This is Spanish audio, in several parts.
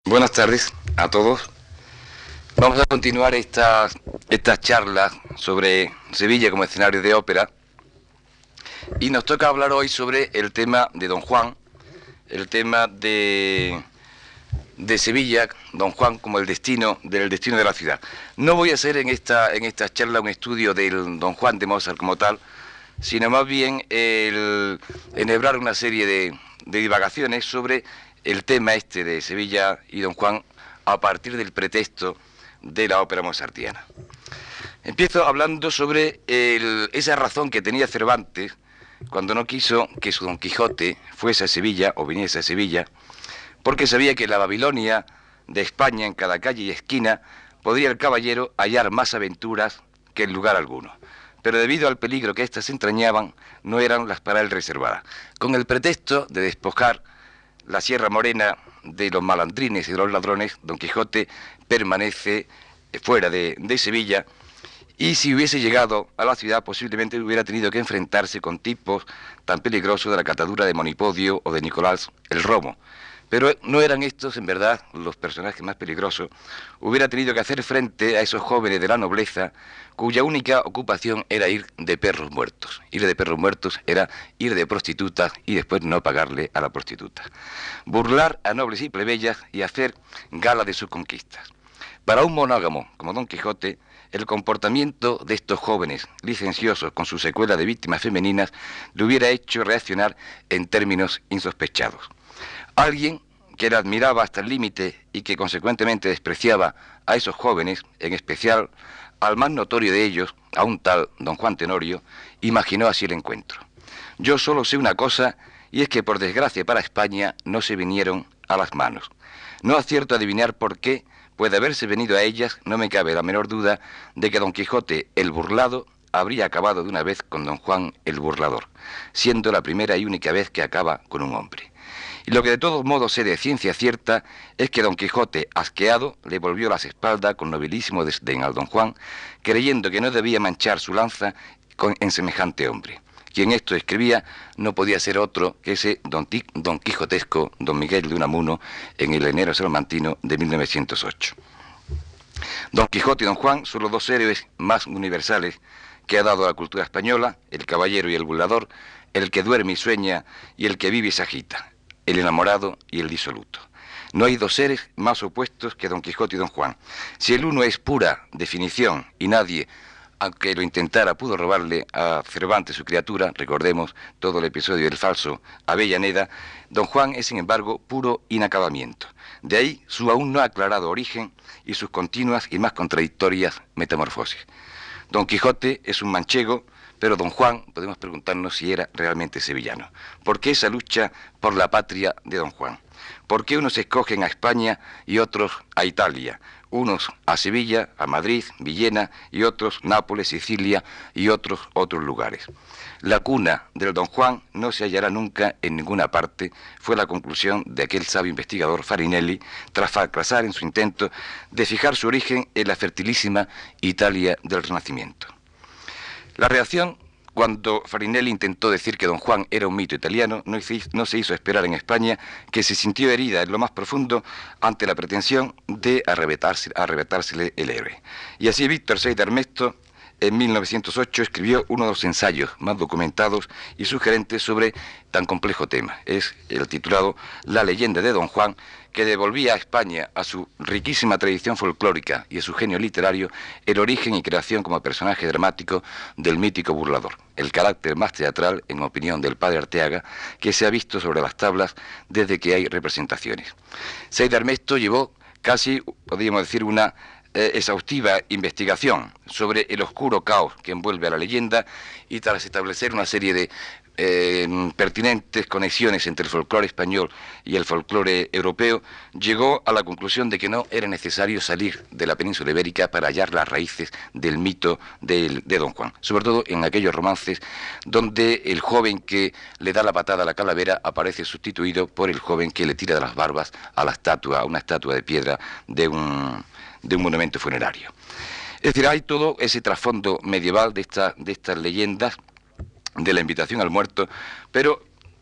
Buenas tardes a todos. Vamos a continuar estas charlas sobre Sevilla como escenario de ópera y nos toca hablar hoy sobre el tema de Don Juan, el tema de Sevilla, Don Juan como el destino de la ciudad. No voy a hacer en esta charla un estudio del Don Juan de Mozart como tal, sino más bien enhebrar una serie de divagaciones sobre el tema este de Sevilla y Don Juan a partir del pretexto de la ópera mozartiana. Empiezo hablando sobre esa razón que tenía Cervantes cuando no quiso que su Don Quijote fuese a Sevilla o viniese a Sevilla, porque sabía que en la Babilonia de España, en cada calle y esquina, podría el caballero hallar más aventuras que en lugar alguno. Pero debido al peligro que éstas entrañaban, no eran las para él reservadas. Con el pretexto de despojar la Sierra Morena de los malandrines y de los ladrones, Don Quijote permanece fuera de Sevilla, y si hubiese llegado a la ciudad posiblemente hubiera tenido que enfrentarse con tipos tan peligrosos de la catadura de Monipodio o de Nicolás el Romo. Pero no eran estos, en verdad, los personajes más peligrosos. Hubiera tenido que hacer frente a esos jóvenes de la nobleza cuya única ocupación era ir de perros muertos. Ir de perros muertos era ir de prostitutas y después no pagarle a la prostituta. Burlar a nobles y plebeyas y hacer gala de sus conquistas. Para un monógamo como Don Quijote, el comportamiento de estos jóvenes licenciosos con su secuela de víctimas femeninas le hubiera hecho reaccionar en términos insospechados. Alguien que la admiraba hasta el límite y que consecuentemente despreciaba a esos jóvenes, en especial al más notorio de ellos, a un tal Don Juan Tenorio, imaginó así el encuentro. Yo solo sé una cosa, y es que por desgracia para España no se vinieron a las manos. No acierto a adivinar por qué, pues de haberse venido a ellas no me cabe la menor duda de que Don Quijote el burlado habría acabado de una vez con Don Juan el burlador, siendo la primera y única vez que acaba con un hombre. Y lo que de todos modos sé de ciencia cierta es que Don Quijote, asqueado, le volvió las espaldas con nobilísimo desdén al Don Juan, creyendo que no debía manchar su lanza en semejante hombre. Quien esto escribía no podía ser otro que ese don quijotesco Don Miguel de Unamuno en el enero salmantino de 1908. Don Quijote y Don Juan son los dos héroes más universales que ha dado la cultura española, el caballero y el burlador, el que duerme y sueña y el que vive y se agita, el enamorado y el disoluto. No hay dos seres más opuestos que Don Quijote y Don Juan. Si el uno es pura definición y nadie, aunque lo intentara, pudo robarle a Cervantes su criatura, recordemos todo el episodio del falso Avellaneda, Don Juan es sin embargo puro inacabamiento. De ahí su aún no aclarado origen y sus continuas y más contradictorias metamorfosis. Don Quijote es un manchego, pero Don Juan, podemos preguntarnos si era realmente sevillano. ¿Por qué esa lucha por la patria de Don Juan? ¿Por qué unos escogen a España y otros a Italia? Unos a Sevilla, a Madrid, Villena, y otros Nápoles, Sicilia y otros lugares. La cuna del Don Juan no se hallará nunca en ninguna parte, fue la conclusión de aquel sabio investigador Farinelli, tras fracasar en su intento de fijar su origen en la fertilísima Italia del Renacimiento. La reacción cuando Farinelli intentó decir que Don Juan era un mito italiano no se hizo esperar en España, que se sintió herida en lo más profundo ante la pretensión de arrebatársele el héroe. Y así Víctor Seix d'Armesto en 1908 escribió uno de los ensayos más documentados y sugerentes sobre tan complejo tema. Es el titulado La leyenda de Don Juan, que devolvía a España, a su riquísima tradición folclórica y a su genio literario, el origen y creación como personaje dramático del mítico burlador, el carácter más teatral, en opinión del padre Arteaga, que se ha visto sobre las tablas desde que hay representaciones. Seix d'Armesto llevó casi, podríamos decir, una exhaustiva investigación sobre el oscuro caos que envuelve a la leyenda y tras establecer una serie de pertinentes conexiones entre el folclore español y el folclore europeo, llegó a la conclusión de que no era necesario salir de la península ibérica para hallar las raíces del mito de Don Juan, sobre todo en aquellos romances donde el joven que le da la patada a la calavera aparece sustituido por el joven que le tira de las barbas a la estatua, a una estatua de piedra de un monumento funerario. Es decir, hay todo ese trasfondo medieval de estas leyendas de la invitación al muerto, pero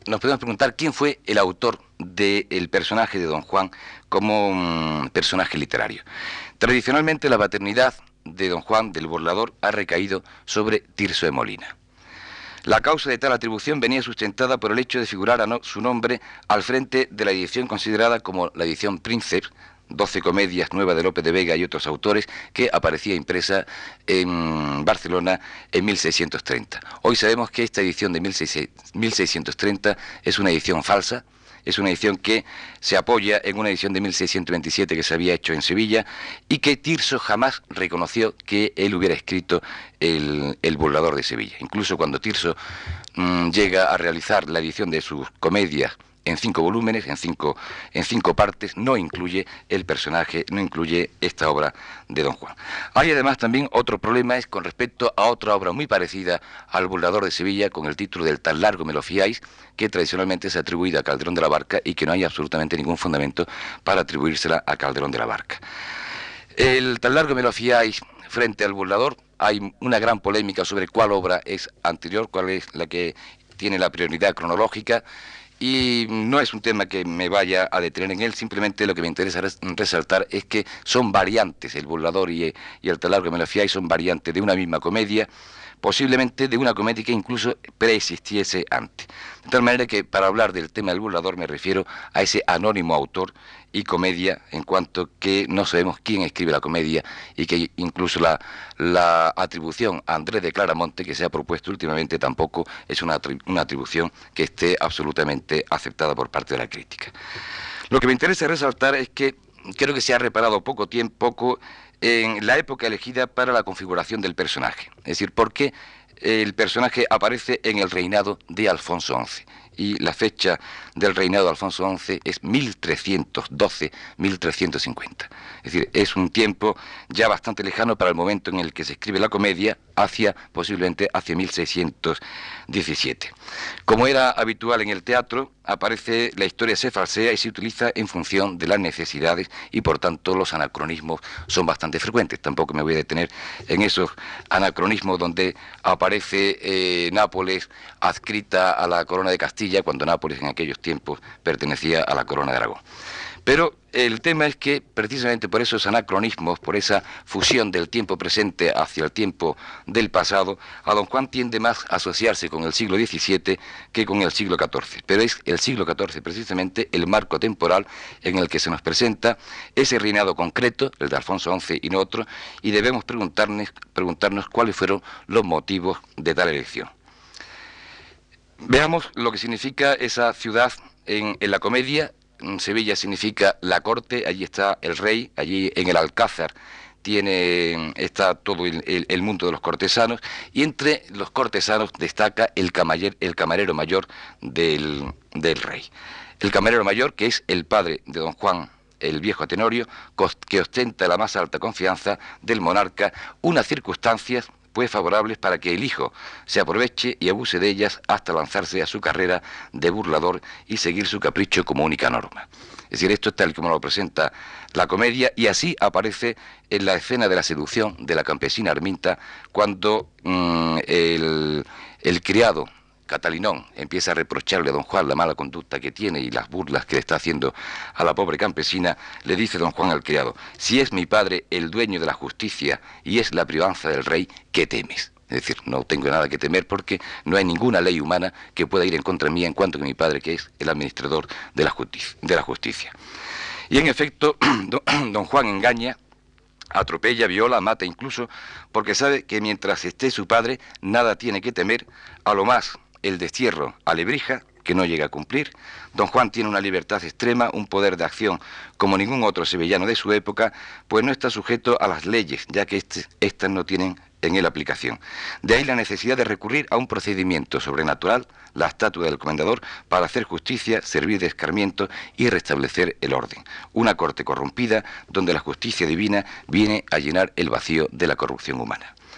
nos podemos preguntar quién fue el autor del personaje de Don Juan como personaje literario. Tradicionalmente la paternidad de Don Juan, del burlador, ha recaído sobre Tirso de Molina. La causa de tal atribución venía sustentada por el hecho de figurar su nombre al frente de la edición considerada como la edición Princeps, 12 comedias nuevas de Lope de Vega y otros autores, que aparecía impresa en Barcelona en 1630. Hoy sabemos que esta edición de 1630 es una edición falsa. Es una edición que se apoya en una edición de 1627 que se había hecho en Sevilla y que Tirso jamás reconoció que él hubiera escrito el burlador de Sevilla. Incluso cuando Tirso llega a realizar la edición de sus comedias en 5 volúmenes, en cinco partes, no incluye el personaje, no incluye esta obra de Don Juan. Hay además también otro problema, es con respecto a otra obra muy parecida al burlador de Sevilla, con el título del Tan largo me lo fiáis, que tradicionalmente es atribuida a Calderón de la Barca y que no hay absolutamente ningún fundamento para atribuírsela a Calderón de la Barca. El Tan largo me lo fiáis frente al burlador, hay una gran polémica sobre cuál obra es anterior, cuál es la que tiene la prioridad cronológica. Y no es un tema que me vaya a detener en él, simplemente lo que me interesa resaltar es que son variantes, el burlador y el Tan largo me lo fiáis son variantes de una misma comedia, posiblemente de una comedia que incluso preexistiese antes. De tal manera que para hablar del tema del burlador me refiero a ese anónimo autor y comedia, en cuanto que no sabemos quién escribe la comedia y que incluso la atribución a Andrés de Claramonte que se ha propuesto últimamente tampoco es una atribución que esté absolutamente aceptada por parte de la crítica. Lo que me interesa resaltar es que creo que se ha reparado poco en la época elegida para la configuración del personaje, es decir, porque el personaje aparece en el reinado de Alfonso XI y la fecha del reinado de Alfonso XI es 1312-1350. Es decir, es un tiempo ya bastante lejano para el momento en el que se escribe la comedia, posiblemente hacia 1617. Como era habitual en el teatro, aparece, la historia se falsea y se utiliza en función de las necesidades y por tanto los anacronismos son bastante frecuentes. Tampoco me voy a detener en esos anacronismos donde aparece Nápoles adscrita a la corona de Castilla, cuando Nápoles en aquellos tiempos pertenecía a la corona de Aragón. Pero el tema es que precisamente por esos anacronismos, por esa fusión del tiempo presente hacia el tiempo del pasado, a Don Juan tiende más a asociarse con el siglo XVII que con el siglo XIV. Pero es el siglo XIV precisamente el marco temporal en el que se nos presenta ese reinado concreto, el de Alfonso XI y no otro, y debemos preguntarnos cuáles fueron los motivos de tal elección. Veamos lo que significa esa ciudad en la comedia. Sevilla significa la corte, allí está el rey, allí en el Alcázar está todo el mundo de los cortesanos, y entre los cortesanos destaca el camarero mayor del rey. El camarero mayor, que es el padre de Don Juan, el viejo Tenorio, que ostenta la más alta confianza del monarca, unas circunstancias pues favorables para que el hijo se aproveche y abuse de ellas hasta lanzarse a su carrera de burlador y seguir su capricho como única norma. Es decir, esto es tal como lo presenta la comedia, y así aparece en la escena de la seducción de la campesina Arminta, cuando el criado Catalinón empieza a reprocharle a Don Juan la mala conducta que tiene y las burlas que le está haciendo a la pobre campesina. Le dice Don Juan al criado: si es mi padre el dueño de la justicia y es la privanza del rey, ¿qué temes? Es decir, no tengo nada que temer porque no hay ninguna ley humana que pueda ir en contra mía en cuanto que mi padre, que es el administrador de la justicia. Y en efecto, Don Juan engaña, atropella, viola, mata incluso, porque sabe que mientras esté su padre nada tiene que temer, a lo más el destierro a Lebrija, que no llega a cumplir. Don Juan tiene una libertad extrema, un poder de acción como ningún otro sevillano de su época, pues no está sujeto a las leyes, ya que estas no tienen en él aplicación. De ahí la necesidad de recurrir a un procedimiento sobrenatural, la estatua del comendador, para hacer justicia, servir de escarmiento y restablecer el orden. Una corte corrompida donde la justicia divina viene a llenar el vacío de la corrupción humana.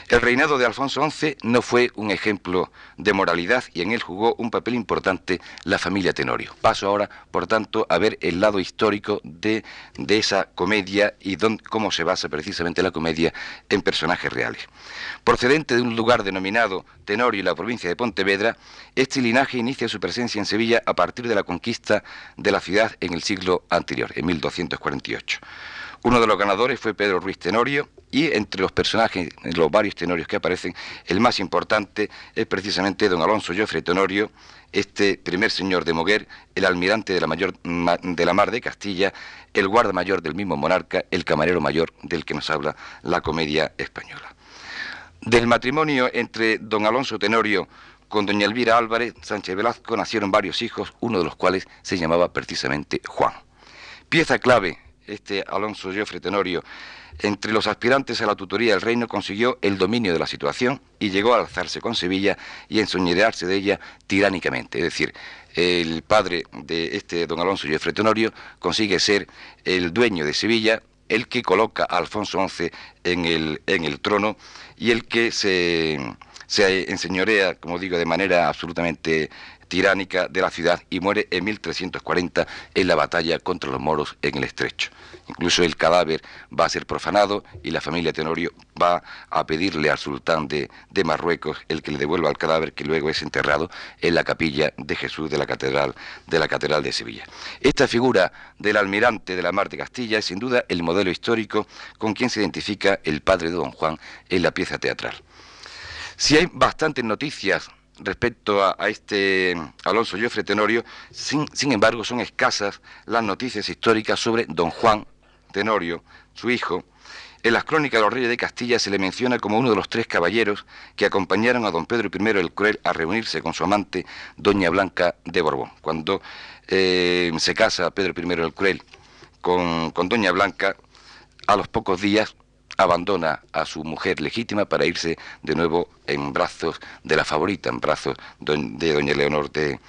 El reinado de Alfonso XI no fue un ejemplo de moralidad y en él jugó un papel importante la familia Tenorio. Paso ahora, por tanto, a ver el lado histórico de esa comedia y cómo se basa precisamente la comedia en personajes reales. Procedente de un lugar denominado Tenorio en la provincia de Pontevedra, este linaje inicia su presencia en Sevilla a partir de la conquista de la ciudad en el siglo anterior, en 1248. Uno de los ganadores fue Pedro Ruiz Tenorio y entre los personajes, los varios Tenorios que aparecen, el más importante es precisamente don Alonso Jofre Tenorio, este primer señor de Moguer, el almirante de la Mar de Castilla, el guardamayor del mismo monarca, el camarero mayor del que nos habla la comedia española. Del matrimonio entre don Alonso Tenorio con doña Elvira Álvarez Sánchez Velasco nacieron varios hijos, uno de los cuales se llamaba precisamente Juan. Pieza clave, este Alonso Jofre Tenorio, entre los aspirantes a la tutoría del reino consiguió el dominio de la situación y llegó a alzarse con Sevilla y enseñorearse de ella tiránicamente. Es decir, el padre de este don Alonso Jofre Tenorio consigue ser el dueño de Sevilla, el que coloca a Alfonso XI en el trono y el que se enseñorea, como digo, de manera absolutamente tiránica de la ciudad y muere en 1340 en la batalla contra los moros en el Estrecho. Incluso el cadáver va a ser profanado y la familia Tenorio va a pedirle al sultán de Marruecos el que le devuelva el cadáver, que luego es enterrado en la capilla de Jesús de la catedral de Sevilla. Esta figura del almirante de la Mar de Castilla es sin duda el modelo histórico con quien se identifica el padre de don Juan en la pieza teatral. Si hay bastantes noticias respecto a este Alonso Jofre Tenorio, sin embargo son escasas las noticias históricas sobre don Juan Tenorio, su hijo. En las crónicas de los reyes de Castilla se le menciona como uno de los 3 caballeros que acompañaron a don Pedro I el Cruel a reunirse con su amante doña Blanca de Borbón. Cuando se casa Pedro I el Cruel con doña Blanca, a los pocos días abandona a su mujer legítima para irse de nuevo en brazos de la favorita, en brazos de doña Leonor de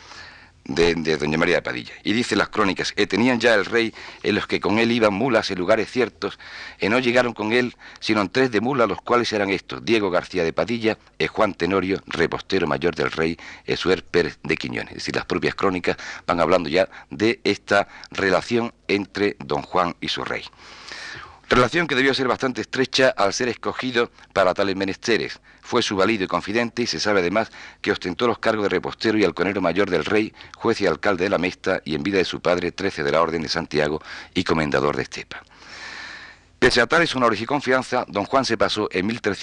doña María de Padilla. Y dice las crónicas, tenían ya el rey en los que con él iban mulas en lugares ciertos, no llegaron con él sino en 3 de mulas, los cuales eran estos, Diego García de Padilla, Juan Tenorio, repostero mayor del rey, Suer Pérez de Quiñones. Es decir, las propias crónicas van hablando ya de esta relación entre don Juan y su rey. Relación que debió ser bastante estrecha al ser escogido para tales menesteres. Fue su valido y confidente y se sabe además que ostentó los cargos de repostero y halconero mayor del rey, juez y alcalde de la Mesta y en vida de su padre 13 de la Orden de Santiago y comendador de Estepa. Pese a tales honores y confianza, don Juan se pasó en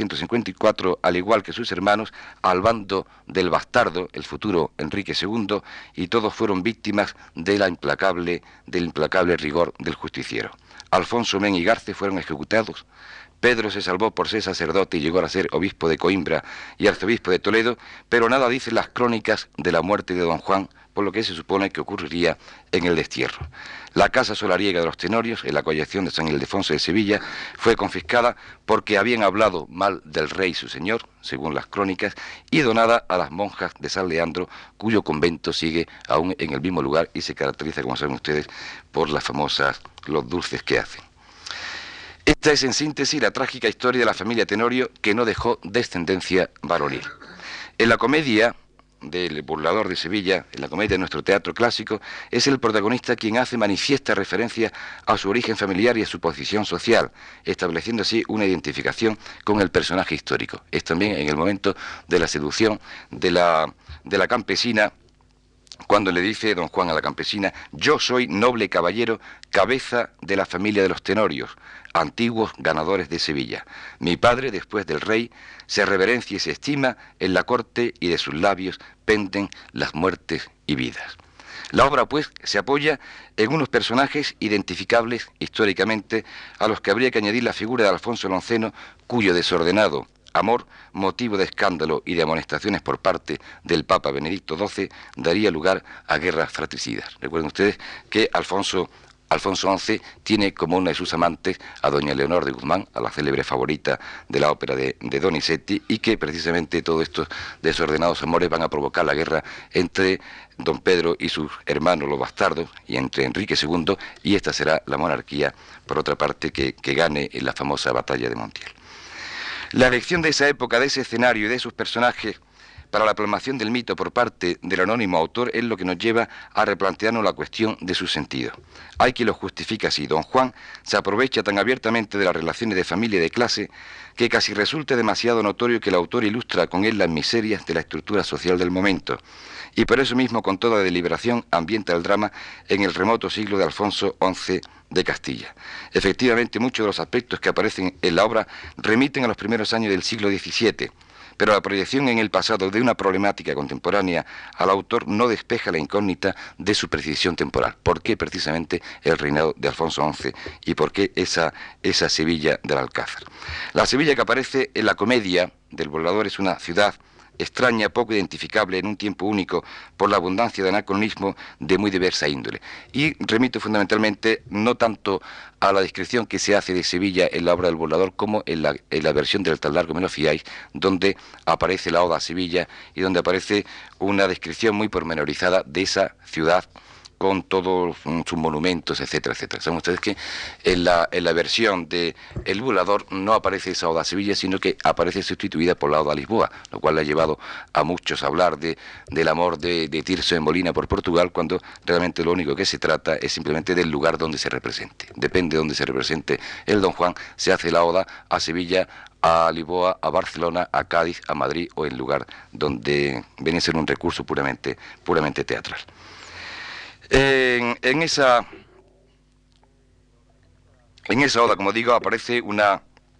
1354, al igual que sus hermanos, al bando del bastardo, el futuro Enrique II, y todos fueron víctimas del implacable rigor del justiciero. Alfonso Men y Garce fueron ejecutados, Pedro se salvó por ser sacerdote y llegó a ser obispo de Coimbra y arzobispo de Toledo, pero nada dicen las crónicas de la muerte de don Juan, por lo que se supone que ocurriría en el destierro. La casa solariega de los Tenorios, en la colección de San Ildefonso de Sevilla, fue confiscada porque habían hablado mal del rey su señor, según las crónicas, y donada a las monjas de San Leandro, cuyo convento sigue aún en el mismo lugar y se caracteriza, como saben ustedes, por los dulces que hacen. Esta es en síntesis la trágica historia de la familia Tenorio, que no dejó descendencia varonil. En la comedia del burlador de Sevilla, en la comedia de nuestro teatro clásico, es el protagonista quien hace manifiesta referencia a su origen familiar y a su posición social, estableciendo así una identificación con el personaje histórico. Es también en el momento de la seducción de la campesina, cuando le dice don Juan a la campesina, yo soy noble caballero, cabeza de la familia de los Tenorios, antiguos ganadores de Sevilla. Mi padre, después del rey, se reverencia y se estima en la corte y de sus labios penden las muertes y vidas. La obra, pues, se apoya en unos personajes identificables históricamente, a los que habría que añadir la figura de Alfonso el Onceno, cuyo desordenado amor, motivo de escándalo y de amonestaciones por parte del Papa Benedicto XII, daría lugar a guerras fratricidas. Recuerden ustedes que Alfonso XI tiene como una de sus amantes a doña Leonor de Guzmán, a la célebre favorita de la ópera de Donizetti, y que precisamente todos estos desordenados amores van a provocar la guerra entre don Pedro y sus hermanos los bastardos, y entre Enrique II, y esta será la monarquía, por otra parte, que gane en la famosa batalla de Montiel. La elección de esa época, de ese escenario y de esos personajes para la plasmación del mito por parte del anónimo autor es lo que nos lleva a replantearnos la cuestión de su sentido. Hay quien lo justifica así. Don Juan se aprovecha tan abiertamente de las relaciones de familia y de clase que casi resulta demasiado notorio que el autor ilustra con él las miserias de la estructura social del momento. Y por eso mismo, con toda deliberación, ambienta el drama en el remoto siglo de Alfonso XI de Castilla. Efectivamente, muchos de los aspectos que aparecen en la obra remiten a los primeros años del siglo XVII, pero la proyección en el pasado de una problemática contemporánea al autor no despeja la incógnita de su precisión temporal. ¿Por qué precisamente el reinado de Alfonso XI y por qué esa Sevilla del Alcázar? La Sevilla que aparece en la comedia del Volador es una ciudad extraña, poco identificable en un tiempo único por la abundancia de anacronismo de muy diversa índole. Y remito fundamentalmente no tanto a la descripción que se hace de Sevilla en la obra del Volador como en la versión del Tan largo me lo fiáis, donde aparece la Oda a Sevilla y donde aparece una descripción muy pormenorizada de esa ciudad con todos sus monumentos, etcétera, etcétera. Saben ustedes que en la versión de El Volador no aparece esa Oda a Sevilla, sino que aparece sustituida por la Oda a Lisboa, lo cual le ha llevado a muchos a hablar del amor de Tirso de Molina por Portugal, cuando realmente lo único que se trata es simplemente del lugar donde se represente. Depende de donde se represente el Don Juan, se hace la Oda a Sevilla, a Lisboa, a Barcelona, a Cádiz, a Madrid o el lugar donde viene a ser un recurso puramente teatral. En esa oda, como digo, aparece una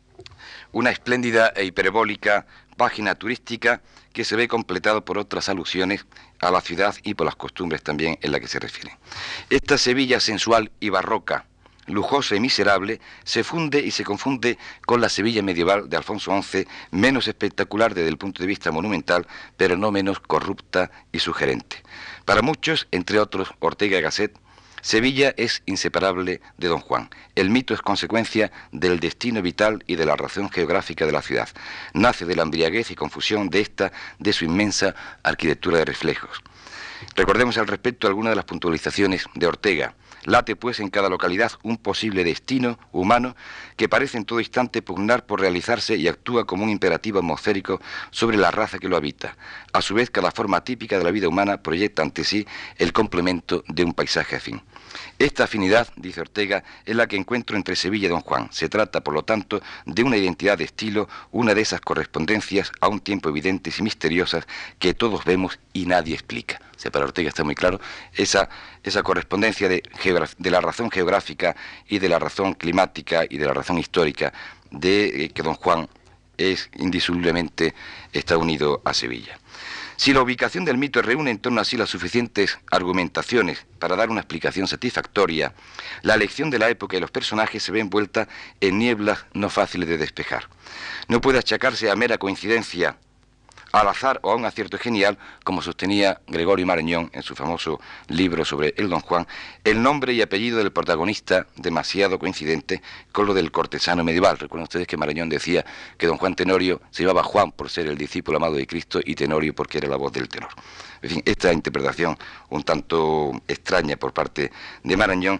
espléndida e hiperbólica página turística que se ve completado por otras alusiones a la ciudad y por las costumbres también en la que se refiere. Esta Sevilla sensual y barroca, lujosa y miserable, se funde y se confunde con la Sevilla medieval de Alfonso XI, menos espectacular desde el punto de vista monumental, pero no menos corrupta y sugerente. Para muchos, entre otros Ortega y Gasset, Sevilla es inseparable de Don Juan. El mito es consecuencia del destino vital y de la razón geográfica de la ciudad. Nace de la embriaguez y confusión de su inmensa arquitectura de reflejos. Recordemos al respecto algunas de las puntualizaciones de Ortega. Late pues en cada localidad un posible destino humano que parece en todo instante pugnar por realizarse y actúa como un imperativo atmosférico sobre la raza que lo habita. A su vez, cada forma típica de la vida humana proyecta ante sí el complemento de un paisaje afín. Esta afinidad, dice Ortega, es la que encuentro entre Sevilla y Don Juan. Se trata, por lo tanto, de una identidad de estilo, una de esas correspondencias a un tiempo evidentes y misteriosas que todos vemos y nadie explica. O sea, para Ortega está muy claro esa correspondencia de la razón geográfica y de la razón climática y de la razón histórica de que Don Juan indisolublemente está unido a Sevilla. Si la ubicación del mito reúne en torno a sí las suficientes argumentaciones para dar una explicación satisfactoria, la elección de la época y los personajes se ve envuelta en nieblas no fáciles de despejar. No puede achacarse a mera coincidencia, al azar o a un acierto genial, como sostenía Gregorio Marañón en su famoso libro sobre el Don Juan, el nombre y apellido del protagonista demasiado coincidente con lo del cortesano medieval. Recuerden ustedes que Marañón decía que Don Juan Tenorio se llamaba Juan por ser el discípulo amado de Cristo y Tenorio porque era la voz del tenor. En fin, esta interpretación un tanto extraña por parte de Marañón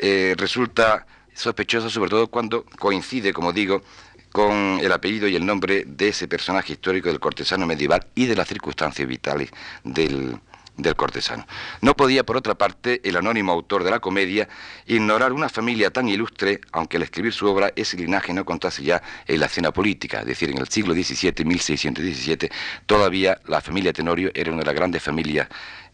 resulta sospechosa, sobre todo cuando coincide, como digo, con el apellido y el nombre de ese personaje histórico del cortesano medieval y de las circunstancias vitales del cortesano. No podía, por otra parte, el anónimo autor de la comedia ignorar una familia tan ilustre, aunque al escribir su obra ese linaje no contase ya en la escena política, es decir, en el siglo XVII, 1617, todavía la familia Tenorio era una de las grandes familias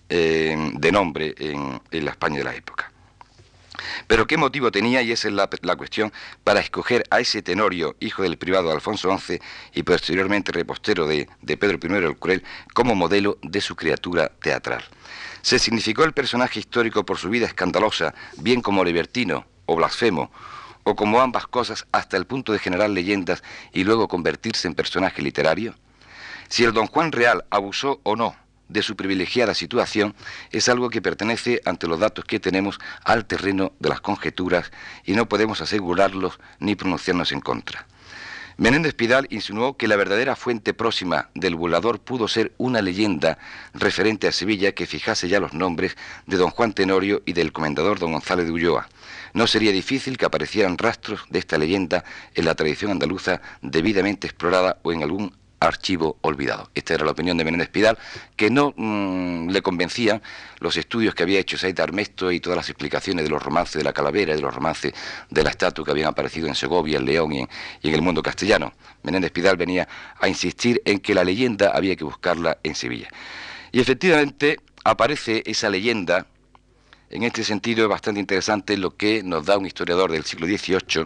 de nombre en la España de la época. Pero ¿qué motivo tenía, y esa es la cuestión, para escoger a ese Tenorio, hijo del privado de Alfonso XI y posteriormente repostero de Pedro I el Cruel, como modelo de su criatura teatral? Se significó el personaje histórico por su vida escandalosa, bien como libertino o blasfemo, o como ambas cosas hasta el punto de generar leyendas y luego convertirse en personaje literario. Si el Don Juan real abusó o no de su privilegiada situación, es algo que pertenece, ante los datos que tenemos, al terreno de las conjeturas y no podemos asegurarlos ni pronunciarnos en contra. Menéndez Pidal insinuó que la verdadera fuente próxima del burlador pudo ser una leyenda referente a Sevilla que fijase ya los nombres de don Juan Tenorio y del comendador don Gonzalo de Ulloa. No sería difícil que aparecieran rastros de esta leyenda en la tradición andaluza debidamente explorada o en algún archivo olvidado. Esta era la opinión de Menéndez Pidal, que no le convencían los estudios que había hecho Said Armesto y todas las explicaciones de los romances de la calavera y de los romances de la estatua que habían aparecido en Segovia, en León y en el mundo castellano. Menéndez Pidal venía a insistir en que la leyenda había que buscarla en Sevilla. Y efectivamente aparece esa leyenda. En este sentido es bastante interesante lo que nos da un historiador del siglo XVIII,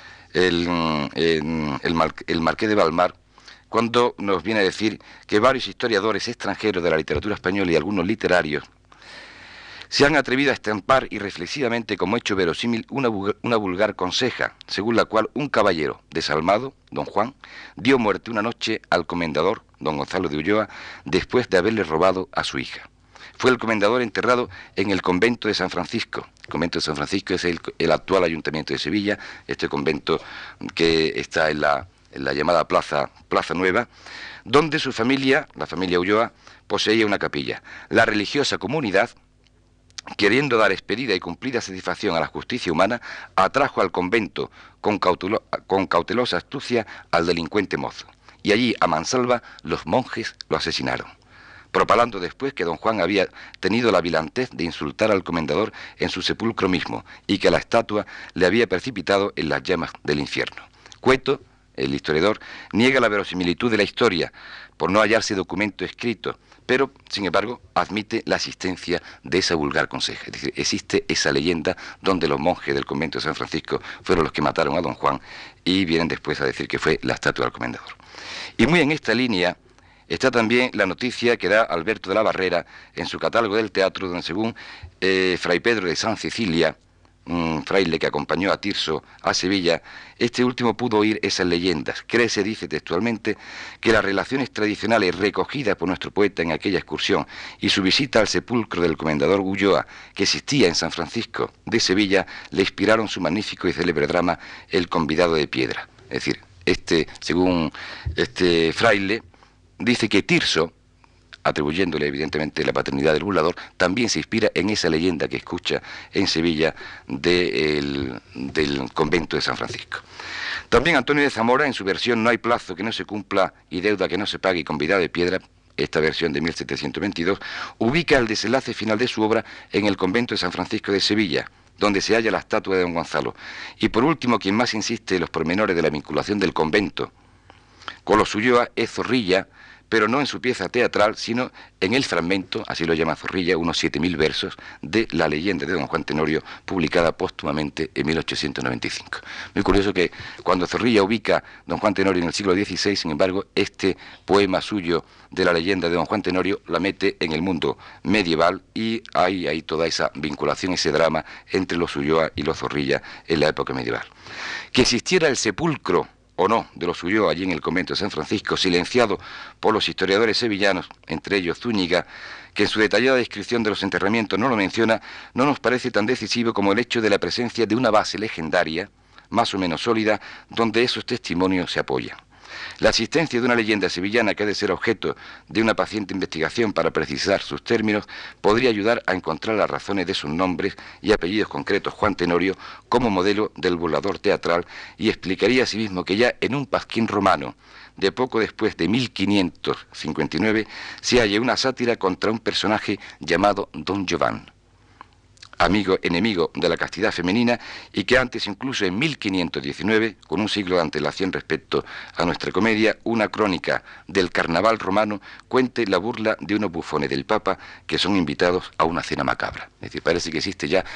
el Marqués de Balmar, cuando nos viene a decir que varios historiadores extranjeros de la literatura española y algunos literarios se han atrevido a estampar irreflexivamente como hecho verosímil una vulgar conseja, según la cual un caballero desalmado, don Juan, dio muerte una noche al comendador, don Gonzalo de Ulloa, después de haberle robado a su hija. Fue el comendador enterrado en el convento de San Francisco. El convento de San Francisco es el actual ayuntamiento de Sevilla, este convento que está en la llamada Plaza Nueva, donde su familia, la familia Ulloa, poseía una capilla. La religiosa comunidad, queriendo dar expedida y cumplida satisfacción a la justicia humana, atrajo al convento con cautelosa astucia al delincuente mozo. Y allí, a mansalva, los monjes lo asesinaron, propalando después que don Juan había tenido la vilantez de insultar al comendador en su sepulcro mismo y que la estatua le había precipitado en las llamas del infierno. Cueto, el historiador, niega la verosimilitud de la historia por no hallarse documento escrito, pero, sin embargo, admite la existencia de esa vulgar conseja. Es decir, existe esa leyenda donde los monjes del convento de San Francisco fueron los que mataron a don Juan y vienen después a decir que fue la estatua del comendador. Y muy en esta línea está también la noticia que da Alberto de la Barrera en su catálogo del teatro, donde según Fray Pedro de San Cecilia, un fraile que acompañó a Tirso a Sevilla, este último pudo oír esas leyendas. Créese, dice textualmente, que las relaciones tradicionales recogidas por nuestro poeta en aquella excursión y su visita al sepulcro del comendador Ulloa, que existía en San Francisco de Sevilla, le inspiraron su magnífico y célebre drama El convidado de piedra. Es decir, según este fraile, dice que Tirso, atribuyéndole evidentemente la paternidad del burlador, también se inspira en esa leyenda que escucha en Sevilla del convento de San Francisco. También Antonio de Zamora, en su versión No hay plazo que no se cumpla y deuda que no se pague y convidado de piedra, esta versión de 1722, ubica el desenlace final de su obra en el convento de San Francisco de Sevilla, donde se halla la estatua de don Gonzalo. Y por último, quien más insiste en los pormenores de la vinculación del convento con los Ulloa es Zorrilla, pero no en su pieza teatral, sino en el fragmento, así lo llama Zorrilla, unos 7.000 versos, de La leyenda de don Juan Tenorio, publicada póstumamente en 1895. Muy curioso que cuando Zorrilla ubica don Juan Tenorio en el siglo XVI, sin embargo, este poema suyo de la leyenda de don Juan Tenorio la mete en el mundo medieval y hay toda esa vinculación, ese drama entre los Ulloa y los Zorrilla en la época medieval. Que existiera el sepulcro o no de los Ulloa allí en el convento de San Francisco, silenciado por los historiadores sevillanos, entre ellos Zúñiga, que en su detallada descripción de los enterramientos no lo menciona, no nos parece tan decisivo como el hecho de la presencia de una base legendaria, más o menos sólida, donde esos testimonios se apoyan. La existencia de una leyenda sevillana que ha de ser objeto de una paciente investigación para precisar sus términos podría ayudar a encontrar las razones de sus nombres y apellidos concretos Juan Tenorio como modelo del burlador teatral y explicaría asimismo que ya en un pasquín romano de poco después de 1559 se halla una sátira contra un personaje llamado Don Giovanni, enemigo de la castidad femenina, y que antes, incluso en 1519, con un siglo de antelación respecto a nuestra comedia, una crónica del carnaval romano cuente la burla de unos bufones del Papa que son invitados a una cena macabra. Es decir, parece que existe ya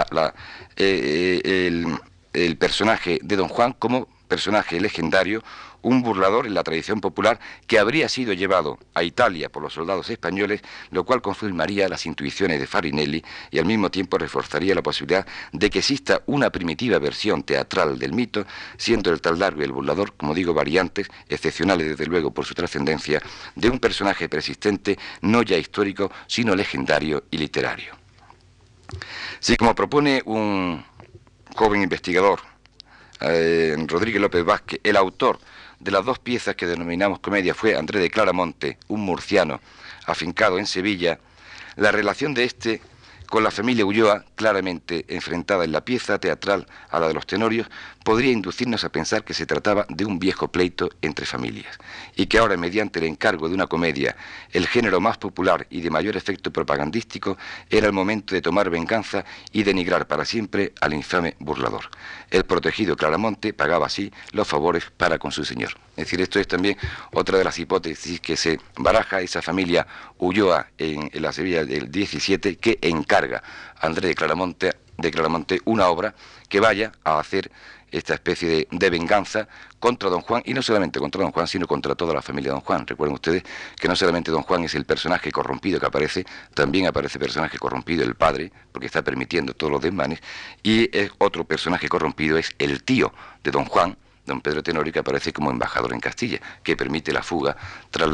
el personaje de Don Juan como personaje legendario, un burlador en la tradición popular que habría sido llevado a Italia por los soldados españoles, lo cual confirmaría las intuiciones de Farinelli y al mismo tiempo reforzaría la posibilidad de que exista una primitiva versión teatral del mito, siendo el tal Largo y el burlador, como digo, variantes, excepcionales desde luego por su trascendencia, de un personaje persistente, no ya histórico, sino legendario y literario. Sí, como propone un joven investigador, Rodríguez López Vázquez, el autor de las dos piezas que denominamos comedia fue Andrés de Claramonte, un murciano afincado en Sevilla, la relación de este con la familia Ulloa, claramente enfrentada en la pieza teatral a la de los tenorios, podría inducirnos a pensar que se trataba de un viejo pleito entre familias, y que ahora, mediante el encargo de una comedia, el género más popular y de mayor efecto propagandístico, era el momento de tomar venganza y denigrar para siempre al infame burlador. El protegido Claramonte pagaba así los favores para con su señor. Es decir, esto es también otra de las hipótesis que se baraja esa familia Ulloa en la Sevilla del 17, que encarga a Andrés de Claramonte una obra que vaya a hacer esta especie de venganza contra don Juan, y no solamente contra don Juan, sino contra toda la familia de don Juan. Recuerden ustedes que no solamente don Juan es el personaje corrompido que aparece, también aparece personaje corrompido el padre, porque está permitiendo todos los desmanes, y otro personaje corrompido es el tío de don Juan, don Pedro Tenorio, que aparece como embajador en Castilla, que permite la fuga tras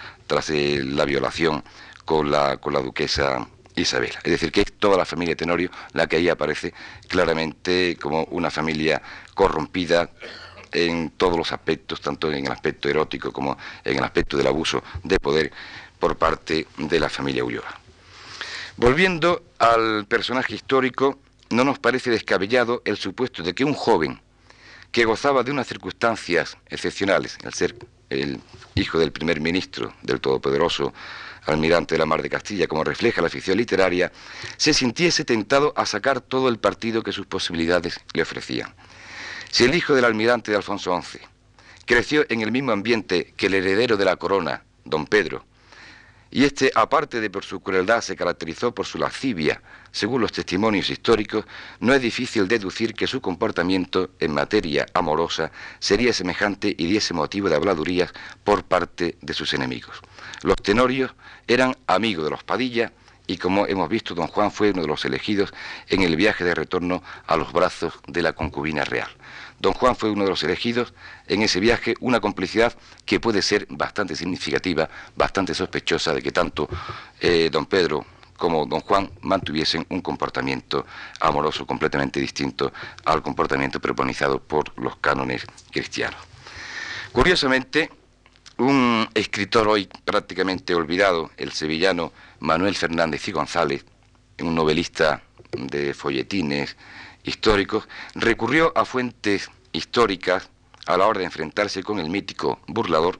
la violación con la duquesa Isabel. Es decir, que es toda la familia Tenorio la que ahí aparece claramente como una familia corrompida en todos los aspectos, tanto en el aspecto erótico como en el aspecto del abuso de poder por parte de la familia Ulloa. Volviendo al personaje histórico, no nos parece descabellado el supuesto de que un joven que gozaba de unas circunstancias excepcionales, al ser el hijo del primer ministro del todopoderoso almirante de la Mar de Castilla, como refleja la ficción literaria, se sintiese tentado a sacar todo el partido que sus posibilidades le ofrecían. Si el hijo del almirante de Alfonso XI creció en el mismo ambiente que el heredero de la corona, don Pedro, y este, aparte de por su crueldad, se caracterizó por su lascivia, según los testimonios históricos, no es difícil deducir que su comportamiento en materia amorosa sería semejante y diese motivo de habladurías por parte de sus enemigos. Los Tenorios eran amigos de los Padilla, y como hemos visto, don Juan fue uno de los elegidos en el viaje de retorno a los brazos de la concubina real. Don Juan fue uno de los elegidos en ese viaje, una complicidad que puede ser bastante significativa, bastante sospechosa de que tanto don Pedro como don Juan mantuviesen un comportamiento amoroso completamente distinto al comportamiento preconizado por los cánones cristianos. Curiosamente, un escritor hoy prácticamente olvidado, el sevillano Manuel Fernández y González, un novelista de folletines históricos, recurrió a fuentes históricas a la hora de enfrentarse con el mítico burlador,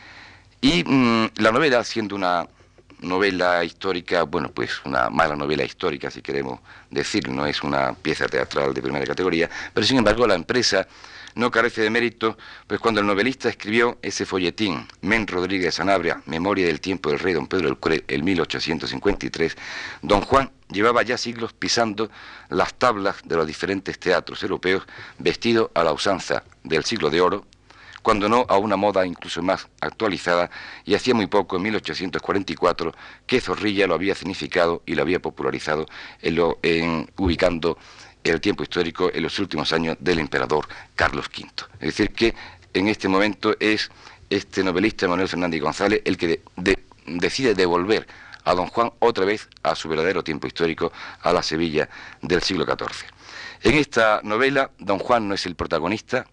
y la novela, siendo una novela histórica, bueno, pues una mala novela histórica, si queremos decir, no es una pieza teatral de primera categoría, pero sin embargo la empresa no carece de mérito, pues cuando el novelista escribió ese folletín, Men Rodríguez de Sanabria, Memoria del tiempo del rey don Pedro el Cruel, en 1853, don Juan llevaba ya siglos pisando las tablas de los diferentes teatros europeos, vestido a la usanza del siglo de oro, cuando no a una moda incluso más actualizada, y hacía muy poco, en 1844, que Zorrilla lo había significado y lo había popularizado ubicando el tiempo histórico en los últimos años del emperador Carlos V. Es decir, que en este momento es este novelista Manuel Fernández González el que decide devolver a don Juan otra vez a su verdadero tiempo histórico, a la Sevilla del siglo XIV. En esta novela, don Juan no es el protagonista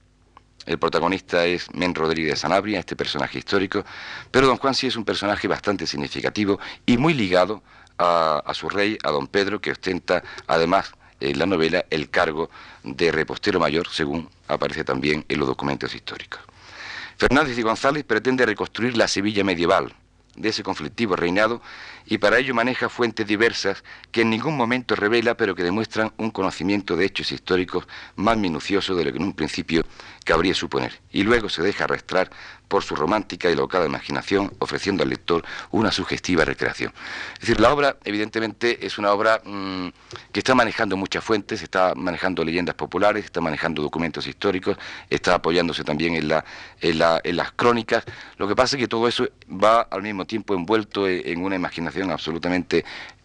es Men Rodríguez de Sanabria, este personaje histórico, pero don Juan sí es un personaje bastante significativo y muy ligado a su rey, a don Pedro, que ostenta además en la novela el cargo de repostero mayor, según aparece también en los documentos históricos. Fernández y González pretende reconstruir la Sevilla medieval de ese conflictivo reinado, y para ello maneja fuentes diversas que en ningún momento revela, pero que demuestran un conocimiento de hechos históricos más minucioso de lo que en un principio cabría suponer, y luego se deja arrastrar por su romántica y locada imaginación, ofreciendo al lector una sugestiva recreación. Es decir, la obra evidentemente es una obra que está manejando muchas fuentes, está manejando leyendas populares, está manejando documentos históricos, está apoyándose también en las crónicas. Lo que pasa es que todo eso va al mismo tiempo envuelto en una imaginación absolutamente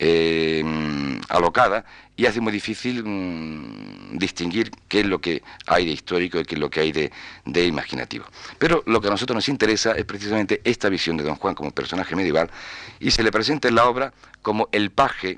alocada, y hace muy difícil distinguir qué es lo que hay de histórico y qué es lo que hay de imaginativo. Pero lo que a nosotros nos interesa es precisamente esta visión de don Juan como personaje medieval, y se le presenta en la obra como el paje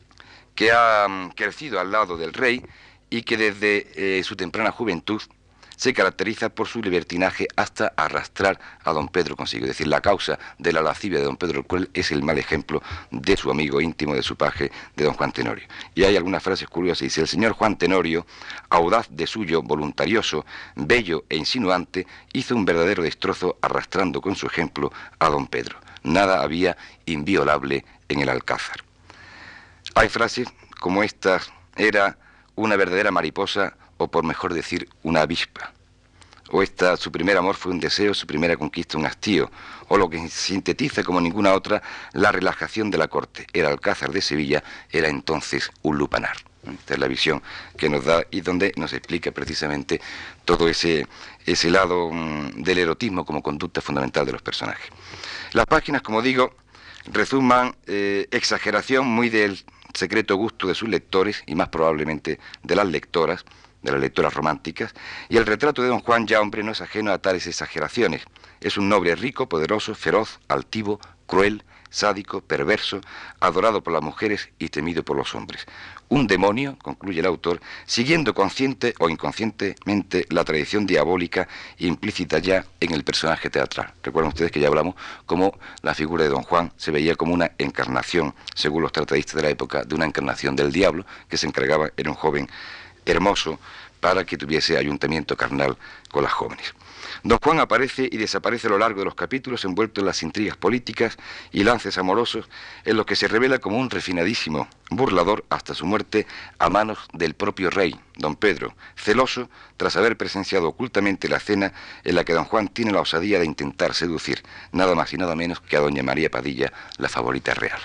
que ha crecido al lado del rey y que desde su temprana juventud se caracteriza por su libertinaje hasta arrastrar a don Pedro consigo. Es decir, la causa de la lascivia de don Pedro el Cruel es el mal ejemplo de su amigo íntimo, de su paje, de don Juan Tenorio. Y hay algunas frases curiosas. Dice: el señor Juan Tenorio, audaz de suyo, voluntarioso, bello e insinuante, hizo un verdadero destrozo arrastrando con su ejemplo a don Pedro. Nada había inviolable en el Alcázar. Hay frases como estas: era una verdadera mariposa, o por mejor decir, una avispa. O esta: su primer amor fue un deseo, su primera conquista un hastío. O lo que sintetiza como ninguna otra, la relajación de la corte. El Alcázar de Sevilla era entonces un lupanar. Esta es la visión que nos da y donde nos explica precisamente todo ese lado del erotismo como conducta fundamental de los personajes. Las páginas, como digo, resuman exageración muy del secreto gusto de sus lectores y más probablemente de las lectoras románticas, y el retrato de don Juan ya hombre no es ajeno a tales exageraciones. Es un noble rico, poderoso, feroz, altivo, cruel, sádico, perverso, adorado por las mujeres y temido por los hombres. Un demonio, concluye el autor, siguiendo consciente o inconscientemente la tradición diabólica implícita ya en el personaje teatral. Recuerden ustedes que ya hablamos cómo la figura de don Juan se veía como una encarnación, según los tratadistas de la época, de una encarnación del diablo, que se encargaba, era un joven hermoso, para que tuviese ayuntamiento carnal con las jóvenes. Don Juan aparece y desaparece a lo largo de los capítulos, envuelto en las intrigas políticas y lances amorosos, en lo que se revela como un refinadísimo burlador hasta su muerte a manos del propio rey, don Pedro, celoso tras haber presenciado ocultamente la cena en la que don Juan tiene la osadía de intentar seducir nada más y nada menos que a doña María Padilla, la favorita real.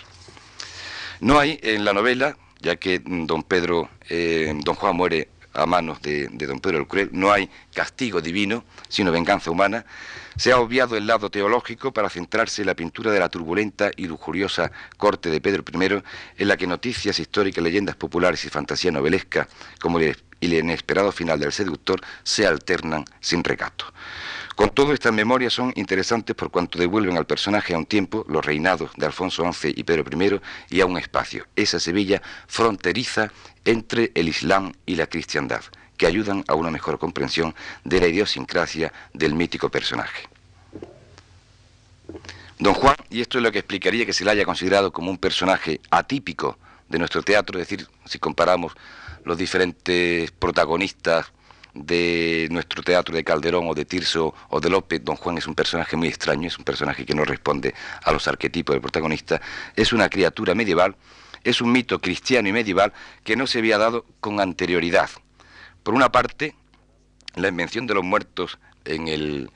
No hay en la novela, ya que don Juan muere a manos de don Pedro el Cruel, no hay castigo divino, sino venganza humana. Se ha obviado el lado teológico para centrarse en la pintura de la turbulenta y lujuriosa corte de Pedro I, en la que noticias históricas, leyendas populares y fantasía novelesca, como el inesperado final del seductor, se alternan sin recato. Con todo, estas memorias son interesantes por cuanto devuelven al personaje a un tiempo, los reinados de Alfonso XI y Pedro I, y a un espacio, esa Sevilla fronteriza entre el Islam y la cristiandad, que ayudan a una mejor comprensión de la idiosincrasia del mítico personaje. Don Juan, y esto es lo que explicaría que se le haya considerado como un personaje atípico de nuestro teatro, es decir, si comparamos los diferentes protagonistas de nuestro teatro de Calderón o de Tirso o de Lope, don Juan es un personaje muy extraño, es un personaje que no responde a los arquetipos del protagonista, es una criatura medieval, es un mito cristiano y medieval que no se había dado con anterioridad. Por una parte, la invención de los muertos en el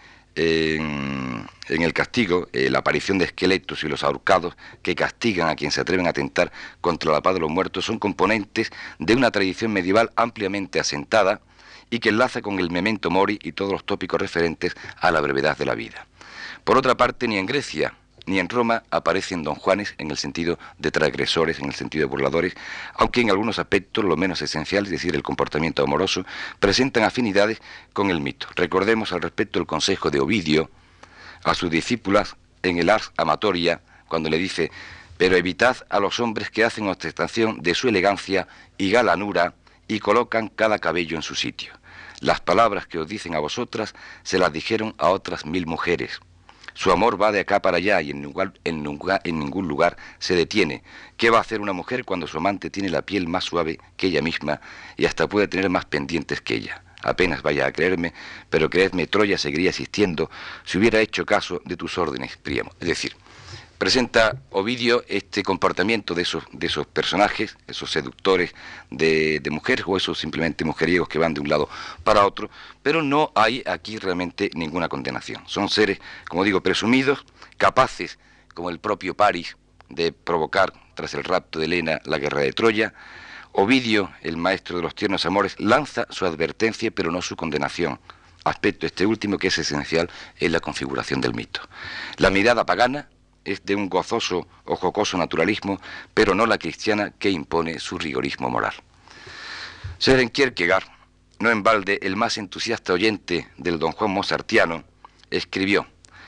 castigo, la aparición de esqueletos y los ahorcados que castigan a quien se atreven a atentar contra la paz de los muertos son componentes de una tradición medieval ampliamente asentada y que enlaza con el memento mori y todos los tópicos referentes a la brevedad de la vida. Por otra parte, ni en Grecia ni en Roma aparecen don Juanes en el sentido de transgresores, en el sentido de burladores, aunque en algunos aspectos, lo menos esencial, es decir, el comportamiento amoroso, presentan afinidades con el mito. Recordemos al respecto el consejo de Ovidio a sus discípulas en el Ars Amatoria, cuando le dice: pero evitad a los hombres que hacen ostentación de su elegancia y galanura y colocan cada cabello en su sitio. Las palabras que os dicen a vosotras se las dijeron a otras 1000 mujeres. Su amor va de acá para allá y en ningún lugar se detiene. ¿Qué va a hacer una mujer cuando su amante tiene la piel más suave que ella misma y hasta puede tener más pendientes que ella? Apenas vaya a creerme, pero creedme, Troya seguiría existiendo si hubiera hecho caso de tus órdenes, Príamo. Es decir, presenta Ovidio este comportamiento de esos personajes, esos seductores de mujeres o esos simplemente mujeriegos que van de un lado para otro, pero no hay aquí realmente ninguna condenación. Son seres, como digo, presumidos, capaces, como el propio Paris, de provocar, tras el rapto de Helena, la guerra de Troya. Ovidio, el maestro de los tiernos amores, lanza su advertencia, pero no su condenación. Aspecto este último que es esencial en la configuración del mito. La mirada pagana es de un gozoso o jocoso naturalismo, pero no la cristiana que impone su rigorismo moral. Søren Kierkegaard, no en balde el más entusiasta oyente del don Juan mozartiano, escribió: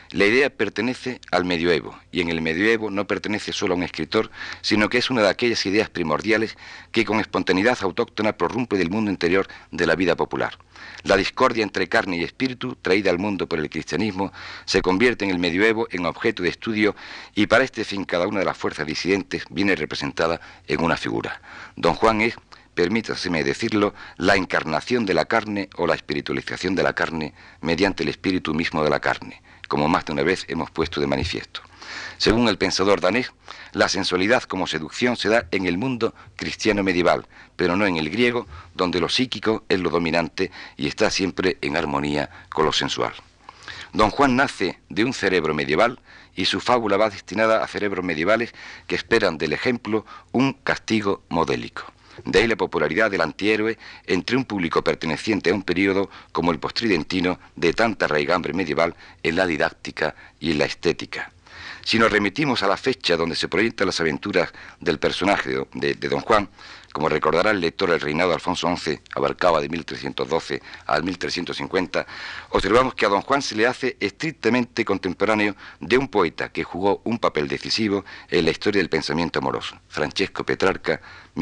La idea pertenece al medioevo, y en el medioevo no pertenece solo a un escritor, sino que es una de aquellas ideas primordiales que con espontaneidad autóctona prorrumpe del mundo interior de la vida popular. La discordia entre carne y espíritu, traída al mundo por el cristianismo, se convierte en el medioevo en objeto de estudio, y para este fin cada una de las fuerzas disidentes viene representada en una figura. Don Juan es, permítaseme decirlo, la encarnación de la carne o la espiritualización de la carne mediante el espíritu mismo de la carne, como más de una vez hemos puesto de manifiesto. Según el pensador danés, la sensualidad como seducción se da en el mundo cristiano medieval, pero no en el griego, donde lo psíquico es lo dominante y está siempre en armonía con lo sensual. Don Juan nace de un cerebro medieval y su fábula va destinada a cerebros medievales que esperan del ejemplo un castigo modélico. De ahí la popularidad del antihéroe entre un público perteneciente a un período como el postridentino de tanta raigambre medieval en la didáctica y en la estética. Si nos remitimos a la fecha donde se proyectan las aventuras del personaje de Don Juan, como recordará el lector, el reinado de Alfonso XI abarcaba de 1312 al 1350, observamos que a Don Juan se le hace estrictamente contemporáneo de un poeta que jugó un papel decisivo en la historia del pensamiento amoroso, Francesco Petrarca,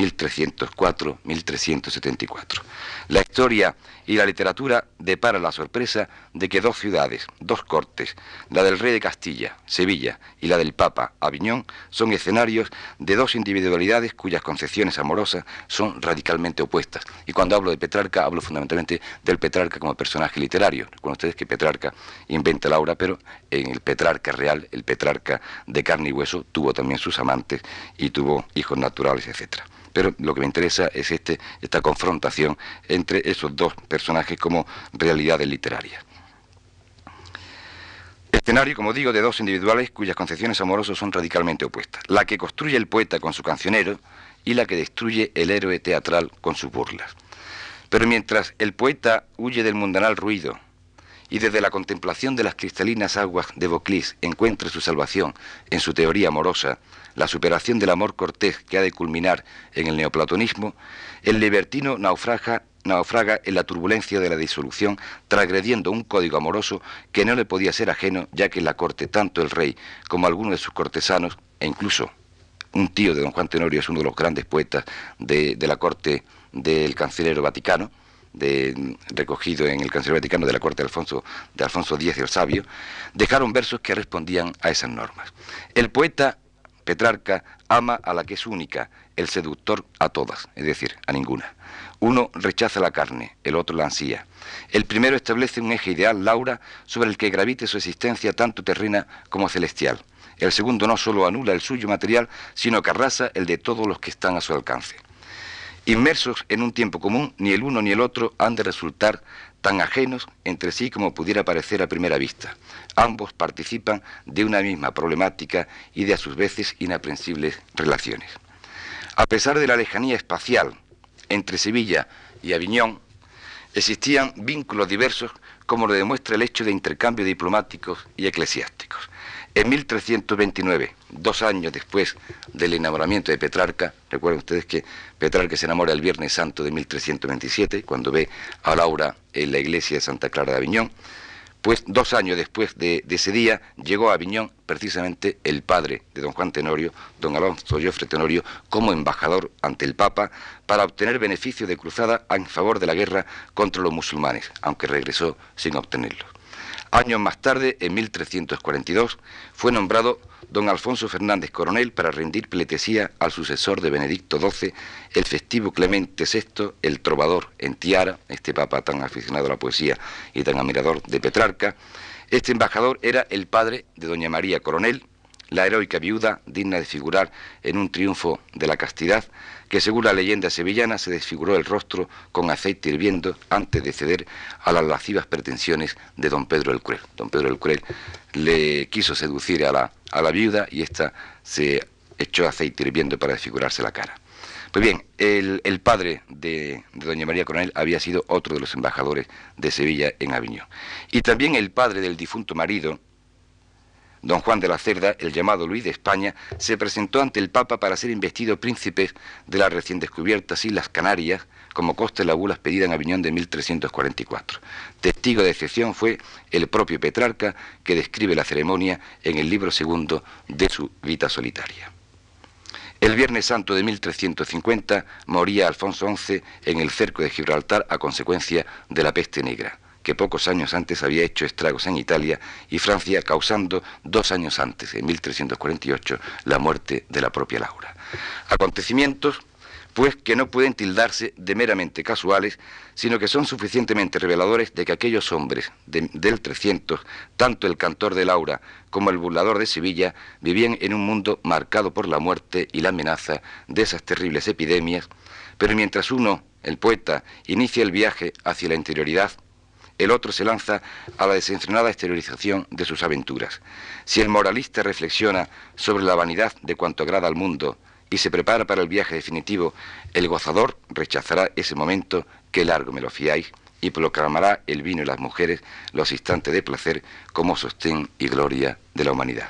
1304-1374. La historia y la literatura depara la sorpresa de que dos ciudades, dos cortes, la del rey de Castilla, Sevilla, y la del Papa, Aviñón, son escenarios de dos individualidades cuyas concepciones amorosas son radicalmente opuestas. Y cuando hablo de Petrarca, hablo fundamentalmente del Petrarca como personaje literario. Recuerden ustedes que Petrarca inventa la obra, pero en el Petrarca real, el Petrarca de carne y hueso, tuvo también sus amantes y tuvo hijos naturales, etcétera. Pero lo que me interesa es esta confrontación entre esos dos personajes como realidades literarias. Escenario, como digo, de dos individuales cuyas concepciones amorosas son radicalmente opuestas. La que construye el poeta con su cancionero y la que destruye el héroe teatral con sus burlas. Pero mientras el poeta huye del mundanal ruido y desde la contemplación de las cristalinas aguas de Vauclise encuentra su salvación en su teoría amorosa, la superación del amor cortés que ha de culminar en el neoplatonismo, el libertino naufraga en la turbulencia de la disolución, transgrediendo un código amoroso que no le podía ser ajeno, ya que en la corte tanto el rey como algunos de sus cortesanos, e incluso un tío de don Juan Tenorio es uno de los grandes poetas de la corte del cancelero vaticano, recogido en el Cancelero Vaticano de la corte de Alfonso X el Sabio, dejaron versos que respondían a esas normas. El poeta Petrarca ama a la que es única, el seductor a todas, es decir, a ninguna. Uno rechaza la carne, el otro la ansía. El primero establece un eje ideal, Laura, sobre el que gravite su existencia tanto terrena como celestial. El segundo no solo anula el suyo material, sino que arrasa el de todos los que están a su alcance. Inmersos en un tiempo común, ni el uno ni el otro han de resultar tan ajenos entre sí como pudiera parecer a primera vista. Ambos participan de una misma problemática y de a sus veces inaprensibles relaciones. A pesar de la lejanía espacial entre Sevilla y Aviñón, existían vínculos diversos como lo demuestra el hecho de intercambio diplomáticos y eclesiásticos. En 1329, 2 años después del enamoramiento de Petrarca, recuerden ustedes que Petrarca se enamora el Viernes Santo de 1327, cuando ve a Laura en la iglesia de Santa Clara de Aviñón, pues 2 años después de ese día llegó a Aviñón precisamente el padre de don Juan Tenorio, don Alonso Jofre Tenorio, como embajador ante el Papa para obtener beneficio de cruzada en favor de la guerra contra los musulmanes, aunque regresó sin obtenerlo. Años más tarde, en 1342, fue nombrado don Alfonso Fernández Coronel para rendir pleitesía al sucesor de Benedicto XII, el festivo Clemente VI, el trovador en tiara, este papa tan aficionado a la poesía y tan admirador de Petrarca. Este embajador era el padre de doña María Coronel, la heroica viuda digna de figurar en un triunfo de la castidad, que según la leyenda sevillana se desfiguró el rostro con aceite hirviendo antes de ceder a las lascivas pretensiones de don Pedro el Cruel. Don Pedro el Cruel le quiso seducir a la viuda y ésta se echó aceite hirviendo para desfigurarse la cara. Pues bien, el padre de doña María Coronel había sido otro de los embajadores de Sevilla en Aviñón. Y también el padre del difunto marido Don Juan de la Cerda, el llamado Luis de España, se presentó ante el Papa para ser investido príncipe de las recién descubiertas Islas Canarias, como consta en la bula expedida en Aviñón de 1344. Testigo de excepción fue el propio Petrarca, que describe la ceremonia en el libro segundo de su Vita Solitaria. El Viernes Santo de 1350 moría Alfonso XI en el cerco de Gibraltar a consecuencia de la peste negra, que pocos años antes había hecho estragos en Italia y Francia, causando 2 años antes, en 1348, la muerte de la propia Laura. Acontecimientos, pues, que no pueden tildarse de meramente casuales, sino que son suficientemente reveladores de que aquellos hombres del 300, tanto el cantor de Laura como el burlador de Sevilla, vivían en un mundo marcado por la muerte y la amenaza de esas terribles epidemias, pero mientras uno, el poeta, inicia el viaje hacia la interioridad, el otro se lanza a la desenfrenada exteriorización de sus aventuras. Si el moralista reflexiona sobre la vanidad de cuanto agrada al mundo y se prepara para el viaje definitivo, el gozador rechazará ese momento que largo me lo fiáis y proclamará el vino y las mujeres los instantes de placer como sostén y gloria de la humanidad.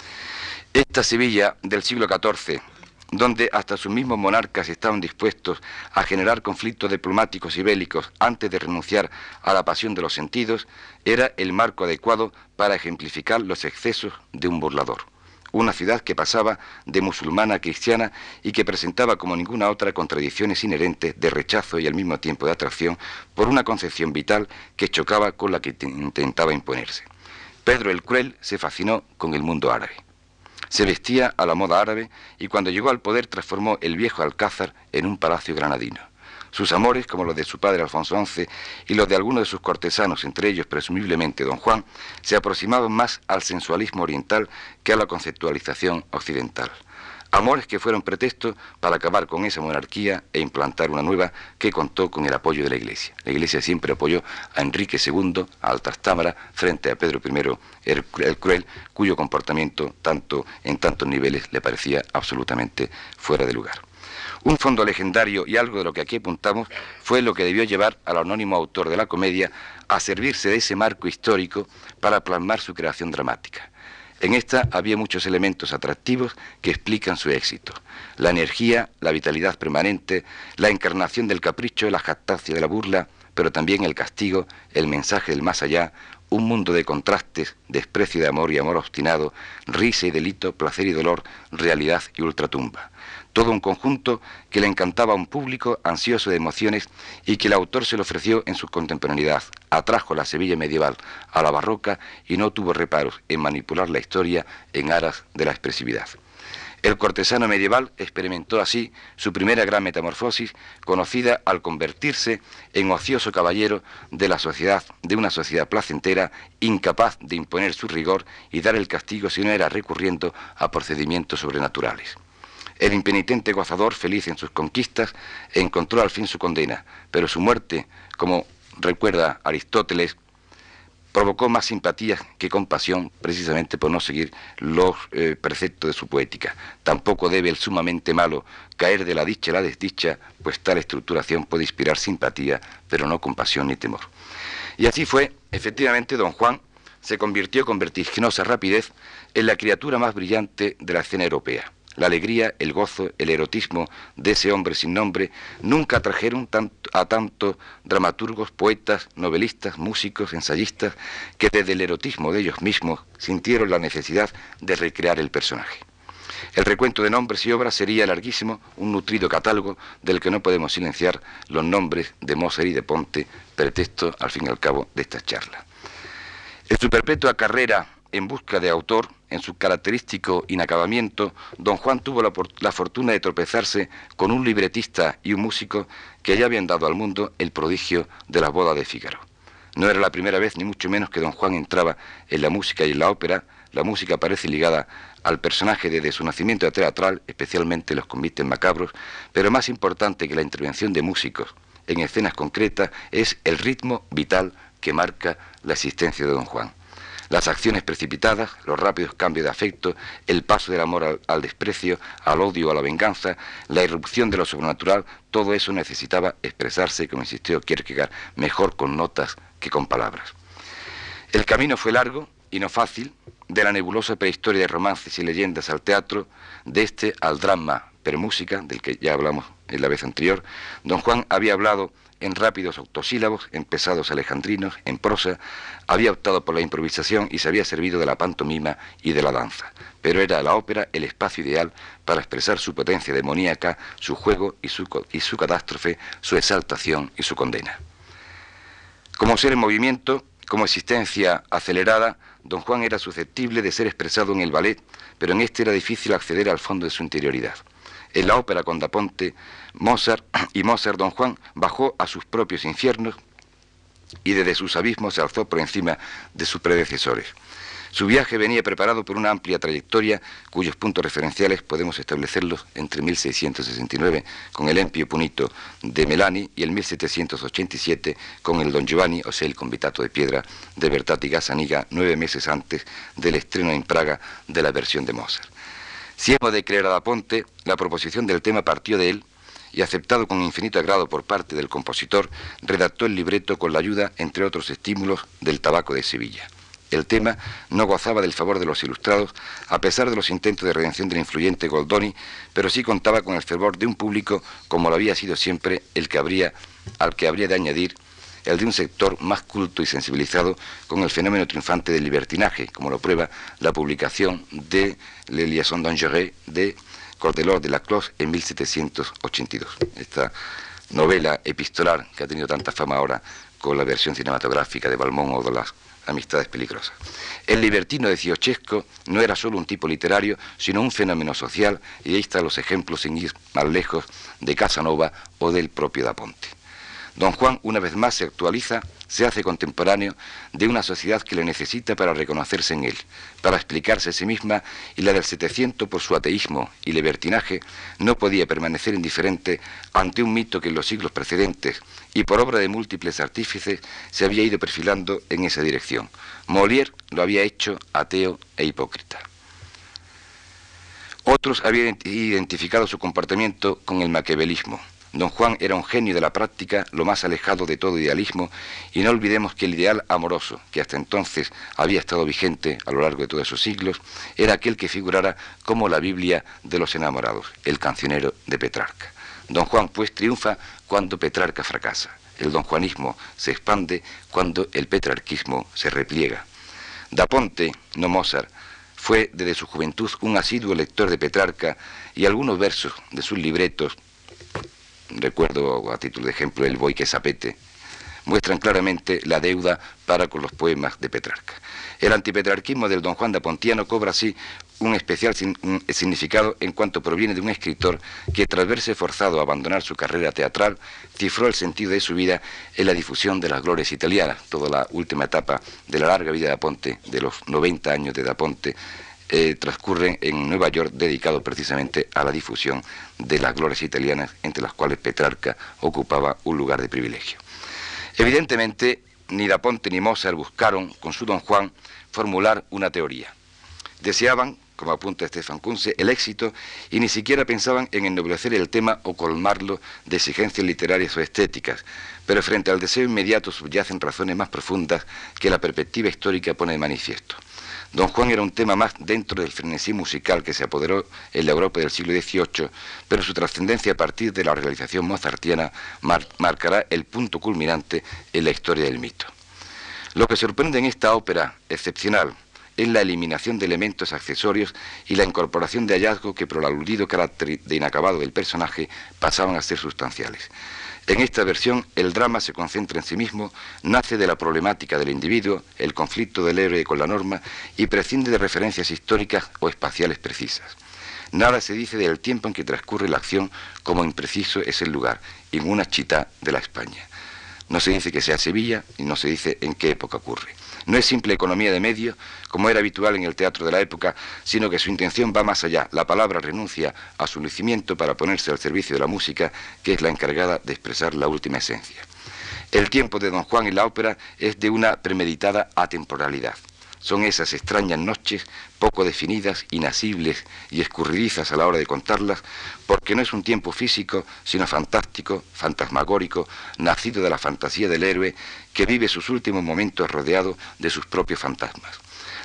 Esta Sevilla del siglo XIV, donde hasta sus mismos monarcas estaban dispuestos a generar conflictos diplomáticos y bélicos antes de renunciar a la pasión de los sentidos, era el marco adecuado para ejemplificar los excesos de un burlador. Una ciudad que pasaba de musulmana a cristiana y que presentaba como ninguna otra contradicciones inherentes de rechazo y al mismo tiempo de atracción por una concepción vital que chocaba con la que intentaba imponerse. Pedro el Cruel se fascinó con el mundo árabe. Se vestía a la moda árabe y cuando llegó al poder transformó el viejo Alcázar en un palacio granadino. Sus amores, como los de su padre Alfonso XI y los de algunos de sus cortesanos, entre ellos presumiblemente don Juan, se aproximaban más al sensualismo oriental que a la conceptualización occidental. Amores que fueron pretexto para acabar con esa monarquía e implantar una nueva que contó con el apoyo de la Iglesia. La Iglesia siempre apoyó a Enrique II, a Altastámara, frente a Pedro I el Cruel, cuyo comportamiento en tantos niveles le parecía absolutamente fuera de lugar. Un fondo legendario y algo de lo que aquí apuntamos fue lo que debió llevar al anónimo autor de la comedia a servirse de ese marco histórico para plasmar su creación dramática. En esta había muchos elementos atractivos que explican su éxito. La energía, la vitalidad permanente, la encarnación del capricho, la jactancia de la burla, pero también el castigo, el mensaje del más allá, un mundo de contrastes, desprecio de amor y amor obstinado, risa y delito, placer y dolor, realidad y ultratumba. Todo un conjunto que le encantaba a un público ansioso de emociones y que el autor se le ofreció en su contemporaneidad. Atrajo la Sevilla medieval a la barroca y no tuvo reparos en manipular la historia en aras de la expresividad. El cortesano medieval experimentó así su primera gran metamorfosis, conocida al convertirse en ocioso caballero de la sociedad, de una sociedad placentera, incapaz de imponer su rigor y dar el castigo si no era recurriendo a procedimientos sobrenaturales. El impenitente gozador, feliz en sus conquistas, encontró al fin su condena, pero su muerte, como recuerda Aristóteles, provocó más simpatía que compasión, precisamente por no seguir los preceptos de su poética. Tampoco debe el sumamente malo caer de la dicha a la desdicha, pues tal estructuración puede inspirar simpatía, pero no compasión ni temor. Y así fue, efectivamente, don Juan se convirtió con vertiginosa rapidez en la criatura más brillante de la escena europea. La alegría, el gozo, el erotismo de ese hombre sin nombre nunca atrajeron a tanto dramaturgos, poetas, novelistas, músicos, ensayistas, que desde el erotismo de ellos mismos sintieron la necesidad de recrear el personaje. El recuento de nombres y obras sería larguísimo, un nutrido catálogo del que no podemos silenciar los nombres de Mozart y de Ponte, pretexto, al fin y al cabo, de esta charla. En su perpetua carrera en busca de autor, en su característico inacabamiento, don Juan tuvo la fortuna de tropezarse con un libretista y un músico que ya habían dado al mundo el prodigio de la boda de Fígaro. No era la primera vez, ni mucho menos, que don Juan entraba en la música y en la ópera. La música parece ligada al personaje desde su nacimiento teatral, especialmente los convites macabros, pero más importante que la intervención de músicos en escenas concretas es el ritmo vital que marca la existencia de don Juan. Las acciones precipitadas, los rápidos cambios de afecto, el paso del amor al desprecio, al odio, a la venganza, la irrupción de lo sobrenatural, todo eso necesitaba expresarse, como insistió Kierkegaard, mejor con notas que con palabras. El camino fue largo y no fácil, de la nebulosa prehistoria de romances y leyendas al teatro, de este al drama per música, del que ya hablamos en la vez anterior, don Juan había hablado en rápidos octosílabos, en pesados alejandrinos, en prosa, había optado por la improvisación y se había servido de la pantomima y de la danza. Pero era la ópera el espacio ideal para expresar su potencia demoníaca, su juego y su catástrofe, su exaltación y su condena. Como ser en movimiento, como existencia acelerada, don Juan era susceptible de ser expresado en el ballet, pero en este era difícil acceder al fondo de su interioridad. En la ópera con Da Ponte, Mozart, don Juan bajó a sus propios infiernos y desde sus abismos se alzó por encima de sus predecesores. Su viaje venía preparado por una amplia trayectoria cuyos puntos referenciales podemos establecerlos entre 1669 con el Empio Punito de Melani y el 1787 con el Don Giovanni, o sea, el Convitato de Piedra de Bertati Gazzaniga, 9 meses antes del estreno en Praga de la versión de Mozart. Si hemos de creer a Da Ponte, la proposición del tema partió de él y, aceptado con infinito agrado por parte del compositor, redactó el libreto con la ayuda, entre otros estímulos, del tabaco de Sevilla. El tema no gozaba del favor de los ilustrados, a pesar de los intentos de redención del influyente Goldoni, pero sí contaba con el fervor de un público, como lo había sido siempre, al que habría de añadir el de un sector más culto y sensibilizado con el fenómeno triunfante del libertinaje, como lo prueba la publicación de Les Liaisons dangereuses de Cordelor de Laclos en 1782. Esta novela epistolar que ha tenido tanta fama ahora con la versión cinematográfica de Balmont o de las Amistades peligrosas. El libertino de Ciochesco no era solo un tipo literario, sino un fenómeno social, y ahí están los ejemplos, sin ir más lejos, de Casanova o del propio Da Ponte. Don Juan, una vez más, se actualiza, se hace contemporáneo de una sociedad que le necesita para reconocerse en él, para explicarse a sí misma, y la del 700, por su ateísmo y libertinaje, no podía permanecer indiferente ante un mito que en los siglos precedentes, y por obra de múltiples artífices, se había ido perfilando en esa dirección. Molière lo había hecho ateo e hipócrita. Otros habían identificado su comportamiento con el maquiavelismo. Don Juan era un genio de la práctica, lo más alejado de todo idealismo, y no olvidemos que el ideal amoroso, que hasta entonces había estado vigente a lo largo de todos esos siglos, era aquel que figurara como la Biblia de los enamorados, el cancionero de Petrarca. Don Juan, pues, triunfa cuando Petrarca fracasa. El donjuanismo se expande cuando el petrarquismo se repliega. Da Ponte, no Mozart, fue desde su juventud un asiduo lector de Petrarca, y algunos versos de sus libretos, recuerdo a título de ejemplo el Boi que sapete, muestran claramente la deuda para con los poemas de Petrarca. El antipetrarquismo del don Juan dapontiano cobra así un especial significado en cuanto proviene de un escritor que, tras verse forzado a abandonar su carrera teatral, cifró el sentido de su vida en la difusión de las glorias italianas. Toda la última etapa de la larga vida de Da Ponte, de los 90 años de Da Ponte, transcurre en Nueva York, dedicado precisamente a la difusión de las glorias italianas, entre las cuales Petrarca ocupaba un lugar de privilegio. Evidentemente, ni Da Ponte ni Mozart buscaron, con su Don Juan, formular una teoría. Deseaban, como apunta Stefan Kunze, el éxito, y ni siquiera pensaban en ennoblecer el tema o colmarlo de exigencias literarias o estéticas, pero frente al deseo inmediato subyacen razones más profundas que la perspectiva histórica pone de manifiesto. Don Juan era un tema más dentro del frenesí musical que se apoderó en la Europa del siglo XVIII, pero su trascendencia a partir de la realización mozartiana marcará el punto culminante en la historia del mito. Lo que sorprende en esta ópera excepcional es la eliminación de elementos accesorios y la incorporación de hallazgos que, por el aludido carácter de inacabado del personaje, pasaban a ser sustanciales. En esta versión, el drama se concentra en sí mismo, nace de la problemática del individuo, el conflicto del héroe con la norma, y prescinde de referencias históricas o espaciales precisas. Nada se dice del tiempo en que transcurre la acción, como impreciso es el lugar, en una città de la España. No se dice que sea Sevilla y no se dice en qué época ocurre. No es simple economía de medios, como era habitual en el teatro de la época, sino que su intención va más allá. La palabra renuncia a su lucimiento para ponerse al servicio de la música, que es la encargada de expresar la última esencia. El tiempo de Don Juan en la ópera es de una premeditada atemporalidad. Son esas extrañas noches, poco definidas, inasibles y escurridizas a la hora de contarlas, porque no es un tiempo físico, sino fantástico, fantasmagórico, nacido de la fantasía del héroe, que vive sus últimos momentos rodeado de sus propios fantasmas.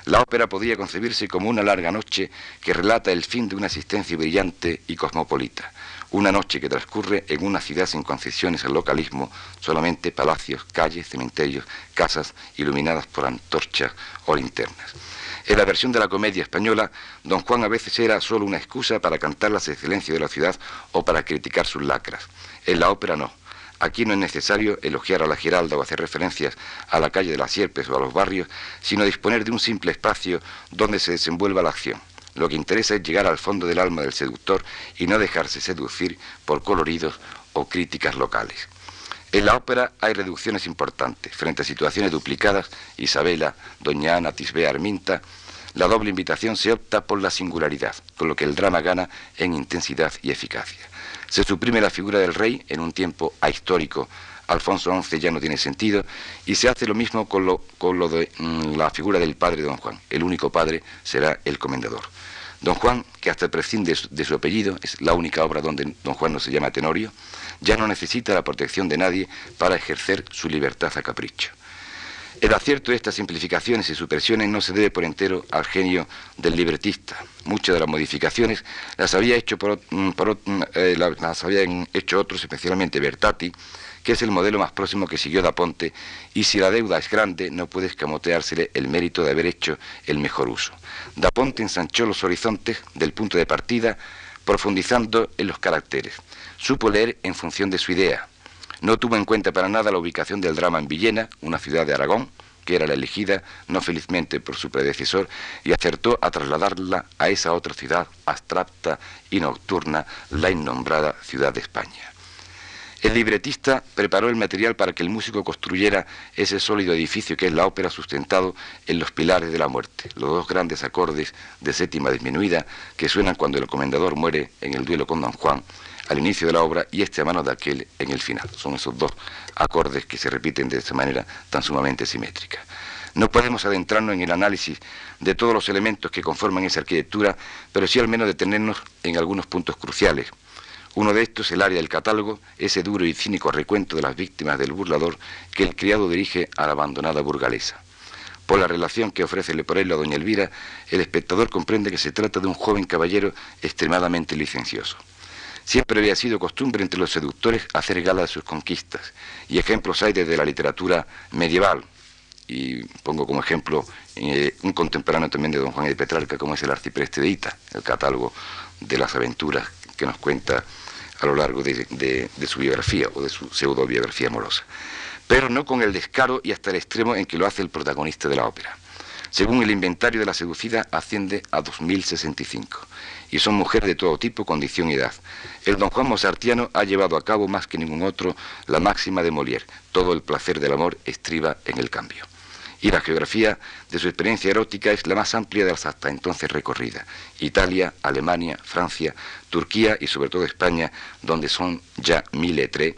La ópera podría concebirse como una larga noche que relata el fin de una existencia brillante y cosmopolita. Una noche que transcurre en una ciudad sin concesiones al localismo, solamente palacios, calles, cementerios, casas iluminadas por antorchas o linternas. En la versión de la comedia española, Don Juan a veces era solo una excusa para cantar las excelencias de la ciudad o para criticar sus lacras. En la ópera no. Aquí no es necesario elogiar a la Giralda o hacer referencias a la calle de las Sierpes o a los barrios, sino disponer de un simple espacio donde se desenvuelva la acción. Lo que interesa es llegar al fondo del alma del seductor y no dejarse seducir por coloridos o críticas locales. En la ópera hay reducciones importantes. Frente a situaciones duplicadas, Isabela, Doña Ana, Tisbea, Arminta, la doble invitación se opta por la singularidad, con lo que el drama gana en intensidad y eficacia. Se suprime la figura del rey en un tiempo ahistórico. Alfonso XI ya no tiene sentido, y se hace lo mismo con lo de la figura del padre de Don Juan. El único padre será el comendador. Don Juan, que hasta prescinde de su apellido, es la única obra donde Don Juan no se llama Tenorio, ya no necesita la protección de nadie para ejercer su libertad a capricho. El acierto de estas simplificaciones y supresiones no se debe por entero al genio del libretista. Muchas de las modificaciones las habían hecho otros, especialmente Bertati, que es el modelo más próximo que siguió Da Ponte, y si la deuda es grande, no puede escamoteársele el mérito de haber hecho el mejor uso. Da Ponte ensanchó los horizontes del punto de partida, profundizando en los caracteres. Supo leer en función de su idea. No tuvo en cuenta para nada la ubicación del drama en Villena, una ciudad de Aragón, que era la elegida, no felizmente por su predecesor, y acertó a trasladarla a esa otra ciudad abstracta y nocturna, la innombrada ciudad de España. El libretista preparó el material para que el músico construyera ese sólido edificio que es la ópera, sustentado en los pilares de la muerte, los dos grandes acordes de séptima disminuida que suenan cuando el comendador muere en el duelo con Don Juan al inicio de la obra y a mano de aquel en el final. Son esos dos acordes que se repiten de esta manera tan sumamente simétrica. No podemos adentrarnos en el análisis de todos los elementos que conforman esa arquitectura, pero sí al menos detenernos en algunos puntos cruciales. Uno de estos, el área del catálogo, ese duro y cínico recuento de las víctimas del burlador que el criado dirige a la abandonada burgalesa. Por la relación que ofrece Leporello a doña Elvira, el espectador comprende que se trata de un joven caballero extremadamente licencioso. Siempre había sido costumbre entre los seductores hacer gala de sus conquistas, y ejemplos hay desde la literatura medieval, y pongo como ejemplo un contemporáneo también de Don Juan de Petrarca, como es el Arcipreste de Hita, el catálogo de las aventuras que nos cuenta a lo largo de su biografía o de su pseudobiografía amorosa, pero no con el descaro y hasta el extremo en que lo hace el protagonista de la ópera. Según el inventario de la seducida, asciende a 2065, y son mujeres de todo tipo, condición y edad. El Don Juan mozartiano ha llevado a cabo más que ningún otro la máxima de Molière: todo el placer del amor estriba en el cambio. Y la geografía de su experiencia erótica es la más amplia de las hasta entonces recorridas: Italia, Alemania, Francia, Turquía y sobre todo España, donde son ya 1003,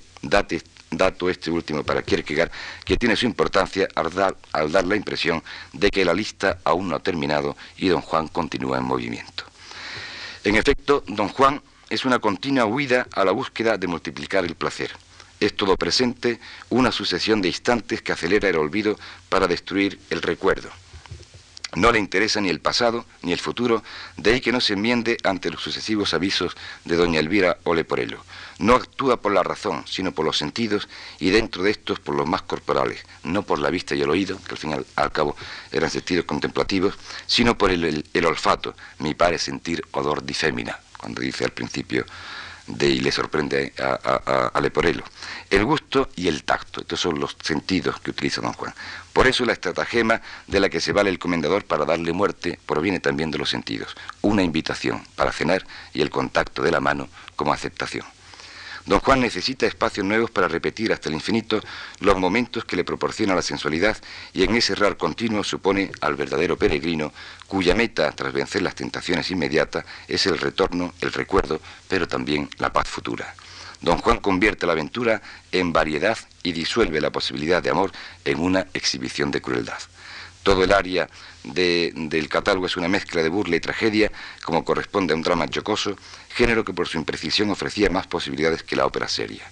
dato este último para Kierkegaard, que tiene su importancia al dar la impresión de que la lista aún no ha terminado y Don Juan continúa en movimiento. En efecto, Don Juan es una continua huida a la búsqueda de multiplicar el placer. Es todo presente, una sucesión de instantes que acelera el olvido para destruir el recuerdo. No le interesa ni el pasado ni el futuro, de ahí que no se enmiende ante los sucesivos avisos de doña Elvira o Leporello. No actúa por la razón, sino por los sentidos, y dentro de estos por los más corporales, no por la vista y el oído, que al fin y al cabo eran sentidos contemplativos, sino por el olfato. Mi pare sentir odor di femmina, cuando dice al principio y le sorprende a Leporello. El gusto y el tacto, estos son los sentidos que utiliza Don Juan. Por eso la estratagema de la que se vale el comendador para darle muerte proviene también de los sentidos. Una invitación para cenar y el contacto de la mano como aceptación. Don Juan necesita espacios nuevos para repetir hasta el infinito los momentos que le proporciona la sensualidad, y en ese errar continuo supone al verdadero peregrino, cuya meta, tras vencer las tentaciones inmediatas, es el retorno, el recuerdo, pero también la paz futura. Don Juan convierte la aventura en variedad y disuelve la posibilidad de amor en una exhibición de crueldad. Todo el área del catálogo es una mezcla de burla y tragedia, como corresponde a un drama jocoso, género que por su imprecisión ofrecía más posibilidades que la ópera seria.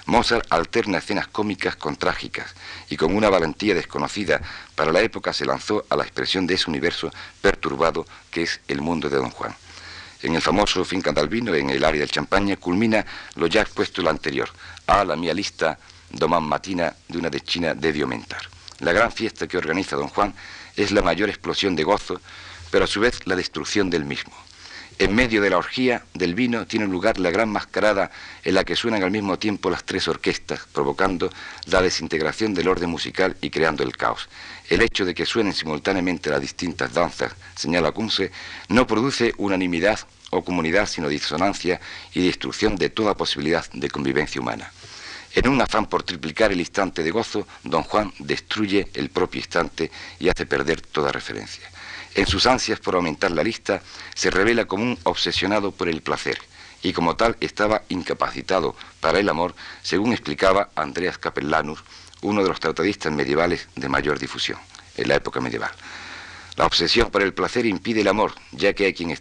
Mozart alterna escenas cómicas con trágicas y con una valentía desconocida para la época se lanzó a la expresión de ese universo perturbado que es el mundo de Don Juan. En el famoso Finca d'Albino, en el área del Champaña, culmina lo ya expuesto el anterior, a la mia lista domán matina de una decina de aumentar. La gran fiesta que organiza Don Juan es la mayor explosión de gozo, pero a su vez la destrucción del mismo. En medio de la orgía del vino tiene lugar la gran mascarada en la que suenan al mismo tiempo las tres orquestas, provocando la desintegración del orden musical y creando el caos. El hecho de que suenen simultáneamente las distintas danzas, señala Kunze, no produce unanimidad o comunidad, sino disonancia y destrucción de toda posibilidad de convivencia humana. En un afán por triplicar el instante de gozo, Don Juan destruye el propio instante y hace perder toda referencia. En sus ansias por aumentar la lista, se revela como un obsesionado por el placer, y como tal estaba incapacitado para el amor, según explicaba Andreas Capellanus, uno de los tratadistas medievales de mayor difusión en la época medieval. La obsesión por el placer impide el amor, ya que hay quienes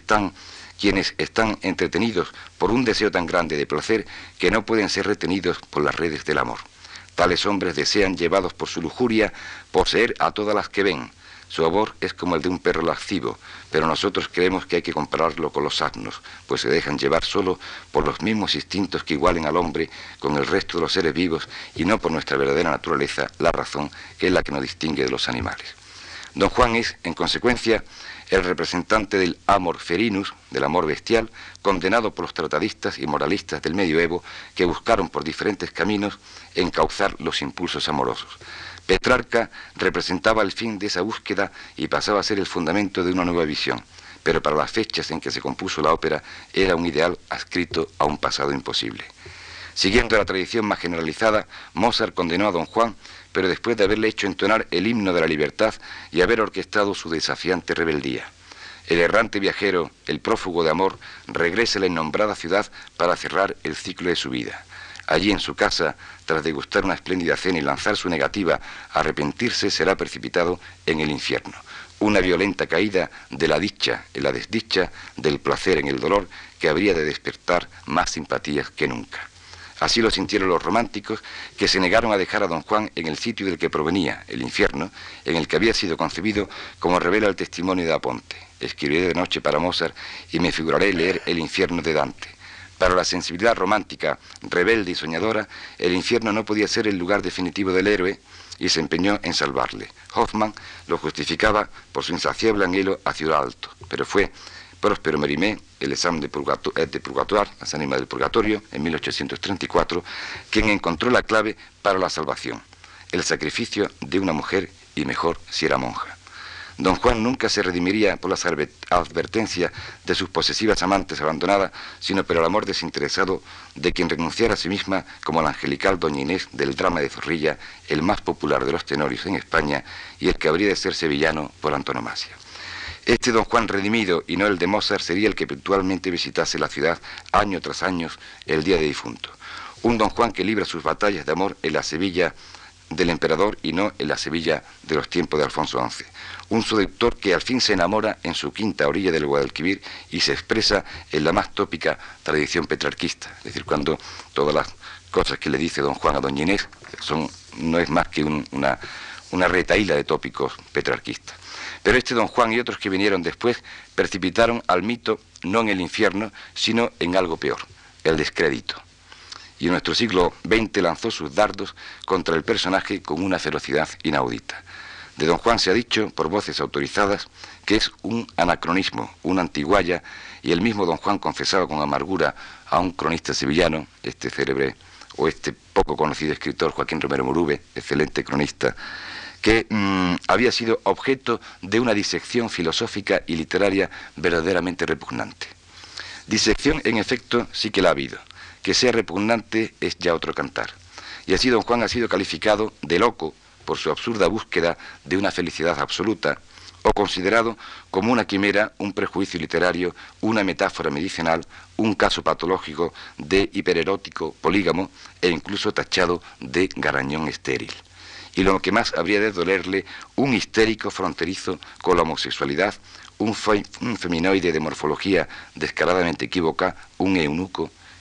están entretenidos por un deseo tan grande de placer que no pueden ser retenidos por las redes del amor. Tales hombres desean, llevados por su lujuria, poseer a todas las que ven. Su amor es como el de un perro lascivo, pero nosotros creemos que hay que compararlo con los asnos, pues se dejan llevar solo por los mismos instintos que igualen al hombre con el resto de los seres vivos y no por nuestra verdadera naturaleza, la razón, que es la que nos distingue de los animales. Don Juan es, en consecuencia, el representante del amor ferinus, del amor bestial, condenado por los tratadistas y moralistas del medioevo que buscaron por diferentes caminos encauzar los impulsos amorosos. Petrarca representaba el fin de esa búsqueda y pasaba a ser el fundamento de una nueva visión, pero para las fechas en que se compuso la ópera era un ideal adscrito a un pasado imposible. Siguiendo la tradición más generalizada, Mozart condenó a Don Juan, pero después de haberle hecho entonar el himno de la libertad y haber orquestado su desafiante rebeldía. El errante viajero, el prófugo de amor, regresa a la innombrada ciudad para cerrar el ciclo de su vida. Allí en su casa, tras degustar una espléndida cena y lanzar su negativa a arrepentirse, será precipitado en el infierno. Una violenta caída de la dicha en la desdicha, del placer en el dolor, que habría de despertar más simpatías que nunca. Así lo sintieron los románticos, que se negaron a dejar a Don Juan en el sitio del que provenía, el infierno, en el que había sido concebido, como revela el testimonio de Aponte. Escribiré de noche para Mozart y me figuraré leer el infierno de Dante. Para la sensibilidad romántica, rebelde y soñadora, el infierno no podía ser el lugar definitivo del héroe y se empeñó en salvarle. Hoffmann lo justificaba por su insaciable anhelo hacia lo alto, pero fue Próspero Mérimée, el examen de Purgatoire, las ánimas del purgatorio, en 1834, quien encontró la clave para la salvación, el sacrificio de una mujer y mejor si era monja. Don Juan nunca se redimiría por las advertencias de sus posesivas amantes abandonadas, sino por el amor desinteresado de quien renunciara a sí misma como la angelical doña Inés del drama de Zorrilla, el más popular de los tenorios en España y el que habría de ser sevillano por antonomasia. Este Don Juan redimido, y no el de Mozart, sería el que puntualmente visitase la ciudad año tras año el día de difunto. Un Don Juan que libra sus batallas de amor en la Sevilla del emperador y no en la Sevilla de los tiempos de Alfonso XI. Un seductor que al fin se enamora en su quinta orilla del Guadalquivir y se expresa en la más tópica tradición petrarquista, es decir, cuando todas las cosas que le dice Don Juan a doña Inés no es más que una retahíla de tópicos petrarquistas. Pero este Don Juan y otros que vinieron después precipitaron al mito no en el infierno, sino en algo peor, el descrédito. Y en nuestro siglo XX lanzó sus dardos contra el personaje con una ferocidad inaudita. De Don Juan se ha dicho, por voces autorizadas, que es un anacronismo, una antigualla, y el mismo Don Juan confesaba con amargura a un cronista sevillano, este célebre o este poco conocido escritor Joaquín Romero Murube, excelente cronista, que había sido objeto de una disección filosófica y literaria verdaderamente repugnante. Disección, en efecto, sí que la ha habido. Que sea repugnante es ya otro cantar. Y así Don Juan ha sido calificado de loco por su absurda búsqueda de una felicidad absoluta, o considerado como una quimera, un prejuicio literario, una metáfora medicinal, un caso patológico de hipererótico polígamo e incluso tachado de garañón estéril. Y lo que más habría de dolerle, un histérico fronterizo con la homosexualidad, un feminoide de morfología descaradamente equívoca, un eunuco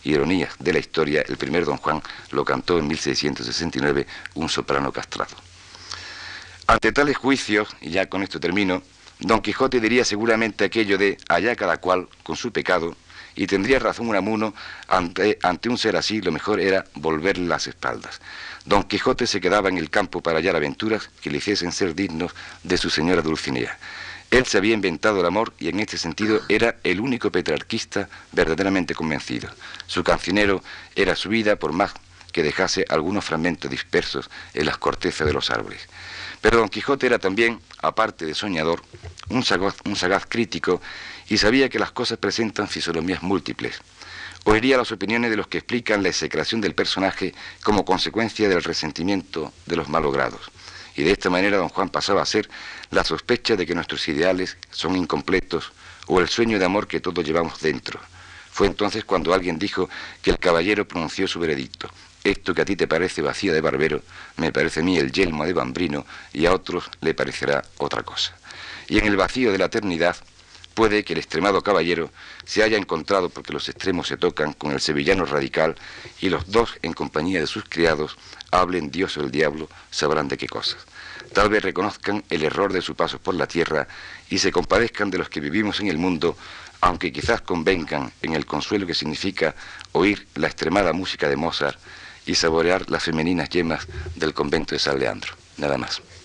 ironías de la historia, el primer Don Juan lo cantó en 1669 un soprano castrado. Ante tales juicios, y ya con esto termino, Don Quijote diría seguramente aquello de allá cada cual con su pecado, y tendría razón Unamuno, ante un ser así lo mejor era volverle las espaldas. Don Quijote se quedaba en el campo para hallar aventuras que le hiciesen ser dignos de su señora Dulcinea. Él se había inventado el amor y en este sentido era el único petrarquista verdaderamente convencido. Su cancionero era su vida por más que dejase algunos fragmentos dispersos en las cortezas de los árboles. Pero Don Quijote era también, aparte de soñador, un sagaz crítico y sabía que las cosas presentan fisonomías múltiples. Oiría las opiniones de los que explican la execración del personaje como consecuencia del resentimiento de los malogrados. Y de esta manera Don Juan pasaba a ser la sospecha de que nuestros ideales son incompletos o el sueño de amor que todos llevamos dentro. Fue entonces cuando alguien dijo que el caballero pronunció su veredicto. Esto que a ti te parece vacía de barbero, me parece a mí el yelmo de bambrino y a otros le parecerá otra cosa. Y en el vacío de la eternidad puede que el extremado caballero se haya encontrado, porque los extremos se tocan, con el sevillano radical y los dos, en compañía de sus criados, hablen Dios o el diablo, sabrán de qué cosas. Tal vez reconozcan el error de su paso por la tierra y se compadezcan de los que vivimos en el mundo, aunque quizás convengan en el consuelo que significa oír la extremada música de Mozart y saborear las femeninas yemas del convento de San Leandro. Nada más.